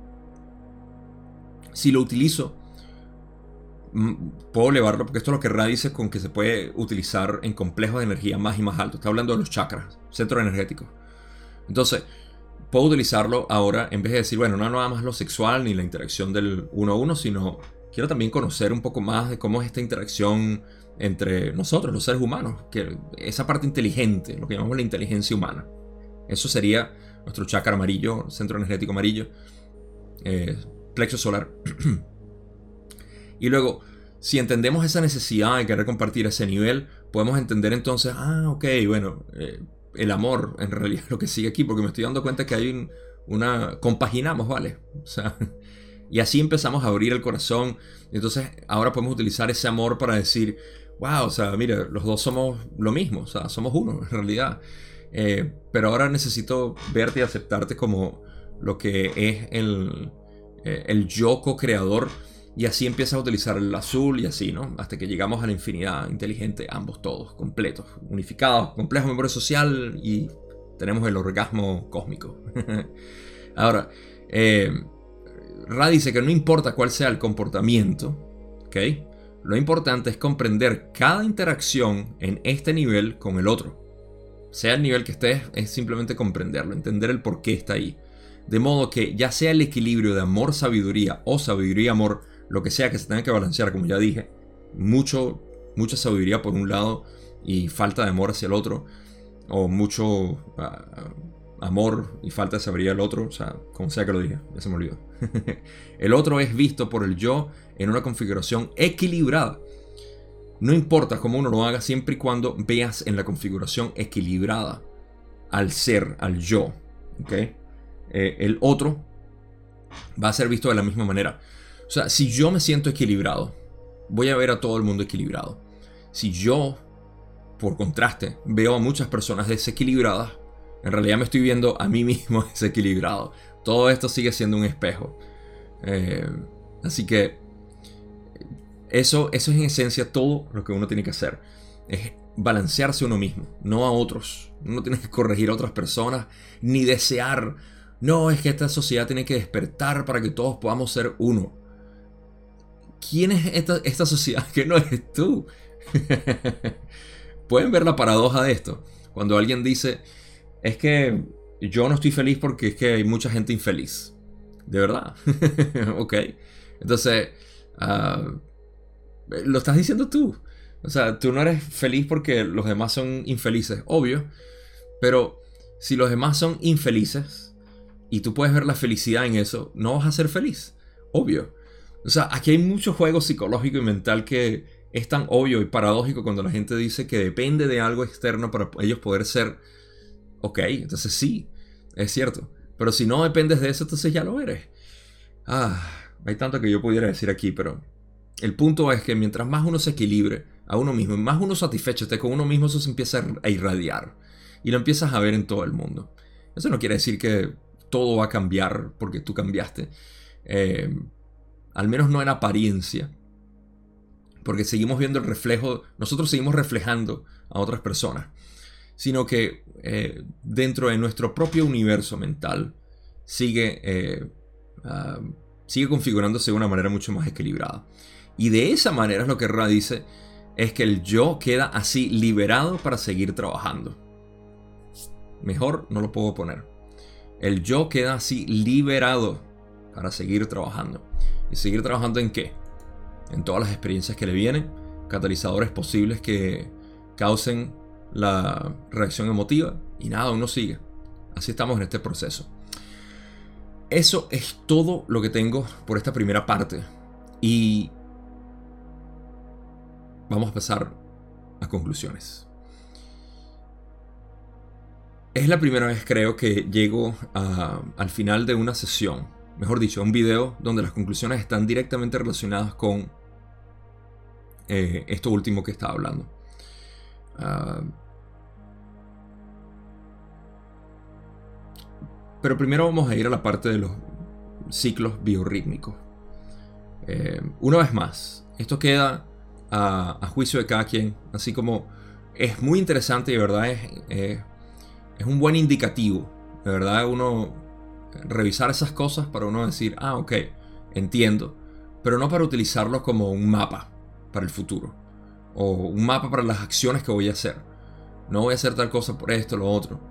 Si lo utilizo, puedo elevarlo, porque esto es lo que Ra dice con que se puede utilizar en complejos de energía más y más altos. Está hablando de los chakras, centros energéticos. Entonces, puedo utilizarlo ahora en vez de decir, bueno, no nada más lo sexual ni la interacción del uno a uno, sino quiero también conocer un poco más de cómo es esta interacción entre nosotros, los seres humanos, que esa parte inteligente, lo que llamamos la inteligencia humana. Eso sería nuestro chakra amarillo, centro energético amarillo, plexo solar. Y luego, si entendemos esa necesidad de querer compartir ese nivel, podemos entender entonces, ok, bueno, el amor en realidad es lo que sigue aquí, porque me estoy dando cuenta que hay compaginamos, ¿vale? O sea, y así empezamos a abrir el corazón. Y entonces ahora podemos utilizar ese amor para decir, wow, o sea, mira, los dos somos lo mismo, o sea, somos uno en realidad. Pero ahora necesito verte y aceptarte como lo que es el yo co-creador. Y así empiezas a utilizar el azul y así, ¿no? Hasta que llegamos a la infinidad inteligente, ambos todos, completos, unificados, complejo memoria social y tenemos el orgasmo cósmico. Ahora, Ra dice que no importa cuál sea el comportamiento, ¿ok? Lo importante es comprender cada interacción en este nivel con el otro. Sea el nivel que estés, es simplemente comprenderlo, entender el por qué está ahí. De modo que ya sea el equilibrio de amor-sabiduría o sabiduría-amor, lo que sea que se tenga que balancear, como ya dije, mucha sabiduría por un lado y falta de amor hacia el otro, o mucho amor y falta de sabiduría al otro, o sea, como sea que lo diga, ya se me olvidó. El otro es visto por el yo en una configuración equilibrada. No importa cómo uno lo haga, siempre y cuando veas en la configuración equilibrada al ser, al yo, ¿ok? El otro va a ser visto de la misma manera. O sea, si yo me siento equilibrado, voy a ver a todo el mundo equilibrado. Si yo, por contraste, veo a muchas personas desequilibradas, en realidad me estoy viendo a mí mismo desequilibrado. Todo esto sigue siendo un espejo. Así que eso es en esencia todo lo que uno tiene que hacer. Es balancearse uno mismo, no a otros. Uno tiene que corregir a otras personas, ni desear. No, es que esta sociedad tiene que despertar para que todos podamos ser uno. ¿Quién es esta sociedad que no eres tú? ¿Pueden ver la paradoja de esto? Cuando alguien dice, es que yo no estoy feliz porque es que hay mucha gente infeliz. ¿De verdad? Ok. Entonces, lo estás diciendo tú. O sea, tú no eres feliz porque los demás son infelices, obvio. Pero si los demás son infelices y tú puedes ver la felicidad en eso, no vas a ser feliz, obvio. O sea, aquí hay mucho juego psicológico y mental que es tan obvio y paradójico cuando la gente dice que depende de algo externo para ellos poder ser. Ok, entonces sí, es cierto. Pero si no dependes de eso, entonces ya lo eres. Hay tanto que yo pudiera decir aquí, pero el punto es que mientras más uno se equilibre a uno mismo, más uno satisfecho esté con uno mismo, eso se empieza a irradiar. Y lo empiezas a ver en todo el mundo. Eso no quiere decir que todo va a cambiar porque tú cambiaste. Al menos no en apariencia. Porque seguimos viendo el reflejo, nosotros seguimos reflejando a otras personas. Sino que dentro de nuestro propio universo mental sigue configurándose de una manera mucho más equilibrada. Y de esa manera es lo que Ra dice, es que el yo queda así liberado para seguir trabajando. Mejor no lo puedo poner. El yo queda así liberado para seguir trabajando. ¿Y seguir trabajando en qué? En todas las experiencias que le vienen, catalizadores posibles que causen la reacción emotiva y nada, uno sigue. Así estamos en este proceso. Eso es todo lo que tengo por esta primera parte. Y vamos a pasar a conclusiones. Es la primera vez, creo, que llego al final de una sesión, mejor dicho, un video donde las conclusiones están directamente relacionadas con esto último que estaba hablando. Pero primero vamos a ir a la parte de los ciclos biorrítmicos. Una vez más, esto queda a juicio de cada quien, así como es muy interesante y de verdad es un buen indicativo, de verdad, uno revisar esas cosas para uno decir, ok, entiendo, pero no para utilizarlo como un mapa para el futuro o un mapa para las acciones que voy a hacer. No voy a hacer tal cosa por esto, lo otro.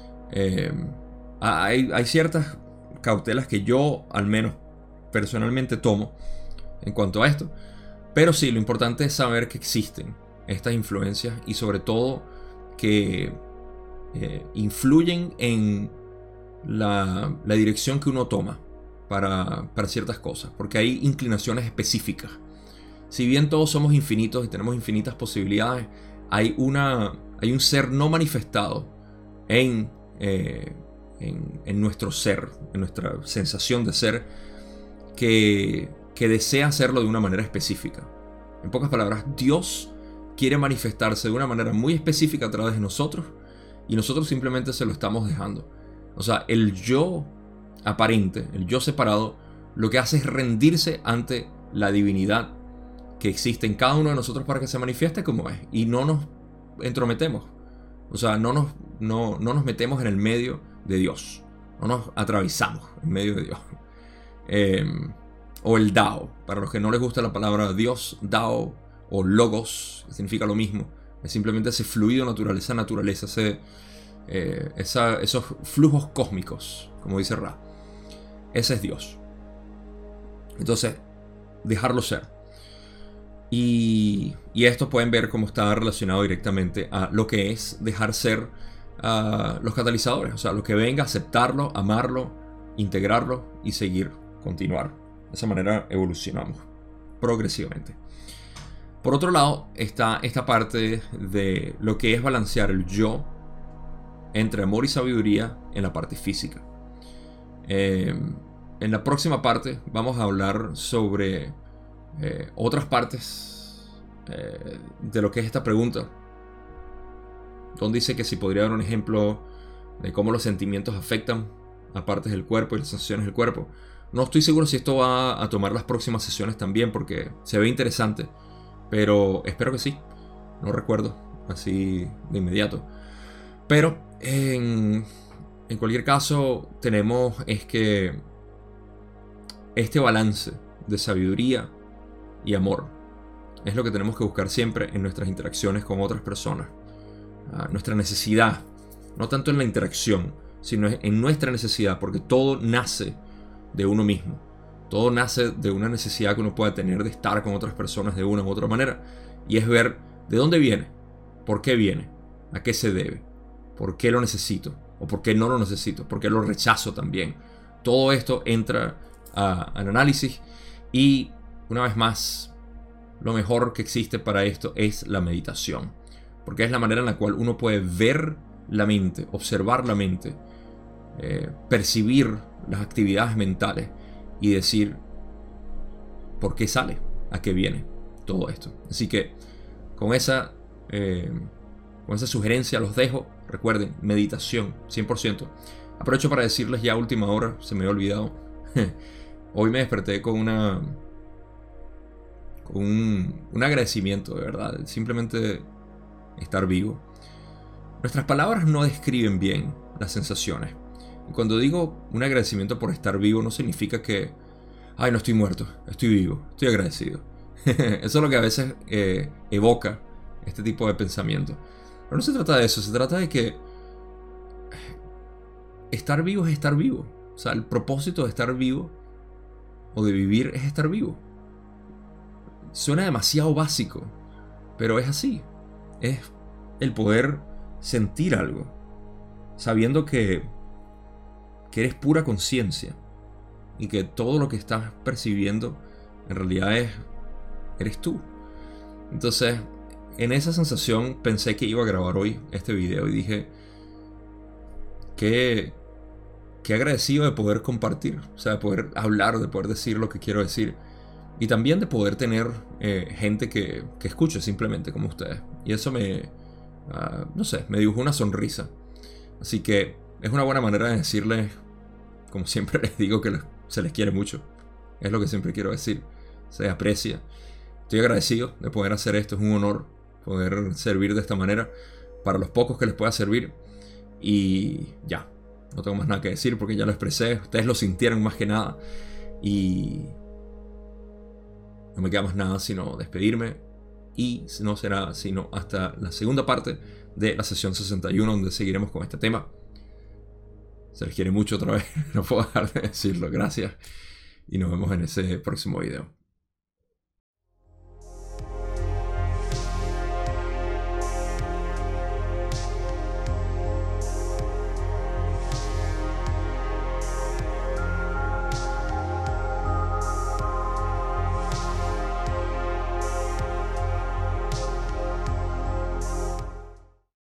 Hay ciertas cautelas que yo, al menos personalmente, tomo en cuanto a esto, pero sí, lo importante es saber que existen estas influencias y sobre todo que influyen en la dirección que uno toma para ciertas cosas, porque hay inclinaciones específicas. Si bien todos somos infinitos y tenemos infinitas posibilidades, hay un ser no manifestado en nuestro ser, en nuestra sensación de ser, que desea hacerlo de una manera específica. En pocas palabras, Dios quiere manifestarse de una manera muy específica a través de nosotros y nosotros simplemente se lo estamos dejando. O sea, el yo aparente, el yo separado, lo que hace es rendirse ante la divinidad que existe en cada uno de nosotros para que se manifieste como es. Y no nos entrometemos. O sea, no nos metemos en el medio de Dios. No nos atravesamos en medio de Dios. O el Dao. Para los que no les gusta la palabra Dios, Dao o Logos, que significa lo mismo. Es simplemente ese fluido naturaleza, esos flujos cósmicos, como dice Ra. Ese es Dios. Entonces, dejarlo ser. Y esto pueden ver cómo está relacionado directamente a lo que es dejar ser los catalizadores. O sea, lo que venga, aceptarlo, amarlo, integrarlo y seguir, continuar. De esa manera evolucionamos progresivamente. Por otro lado, está esta parte de lo que es balancear el yo entre amor y sabiduría en la parte física. En la próxima parte vamos a hablar sobre otras partes de lo que es esta pregunta. Don dice que si podría dar un ejemplo de cómo los sentimientos afectan a partes del cuerpo y las sensaciones del cuerpo. No estoy seguro si esto va a tomar las próximas sesiones también, porque se ve interesante, pero espero que sí. No recuerdo así de inmediato. Pero en cualquier caso tenemos que este balance de sabiduría y amor es lo que tenemos que buscar siempre en nuestras interacciones con otras personas. Nuestra necesidad, no tanto en la interacción, sino en nuestra necesidad, porque todo nace de uno mismo. Todo nace de una necesidad que uno puede tener de estar con otras personas de una u otra manera. Y es ver de dónde viene, por qué viene, a qué se debe, por qué lo necesito o por qué no lo necesito, por qué lo rechazo también. Todo esto entra al análisis y, una vez más, lo mejor que existe para esto es la meditación. Porque es la manera en la cual uno puede ver la mente, observar la mente, percibir las actividades mentales y decir por qué sale, a qué viene todo esto. Así que con esa sugerencia los dejo. Recuerden, meditación 100%. Aprovecho para decirles ya a última hora, se me había olvidado. Hoy me desperté con un agradecimiento, de verdad. Simplemente estar vivo. Nuestras palabras no describen bien las sensaciones. Y cuando digo un agradecimiento por estar vivo, no significa que no estoy muerto, estoy vivo, estoy agradecido. Eso es lo que a veces evoca este tipo de pensamiento. Pero no se trata de eso, se trata de que estar vivo es estar vivo. O sea, el propósito de estar vivo o de vivir es estar vivo. Suena demasiado básico, pero es así. Es el poder sentir algo, sabiendo que eres pura conciencia y que todo lo que estás percibiendo en realidad eres tú. Entonces, en esa sensación pensé que iba a grabar hoy este video y dije qué agradecido de poder compartir, o sea, de poder hablar, de poder decir lo que quiero decir y también de poder tener gente que escuche simplemente como ustedes. Y eso no sé, me dibujó una sonrisa. Así que es una buena manera de decirles, como siempre les digo, que se les quiere mucho. Es lo que siempre quiero decir. Se aprecia. Estoy agradecido de poder hacer esto. Es un honor poder servir de esta manera para los pocos que les pueda servir. Y ya, no tengo más nada que decir porque ya lo expresé. Ustedes lo sintieron más que nada. Y no me queda más nada sino despedirme. Y no será sino hasta la segunda parte de la sesión 61, donde seguiremos con este tema. Se les quiere mucho otra vez. No puedo dejar de decirlo. Gracias. Y nos vemos en ese próximo video.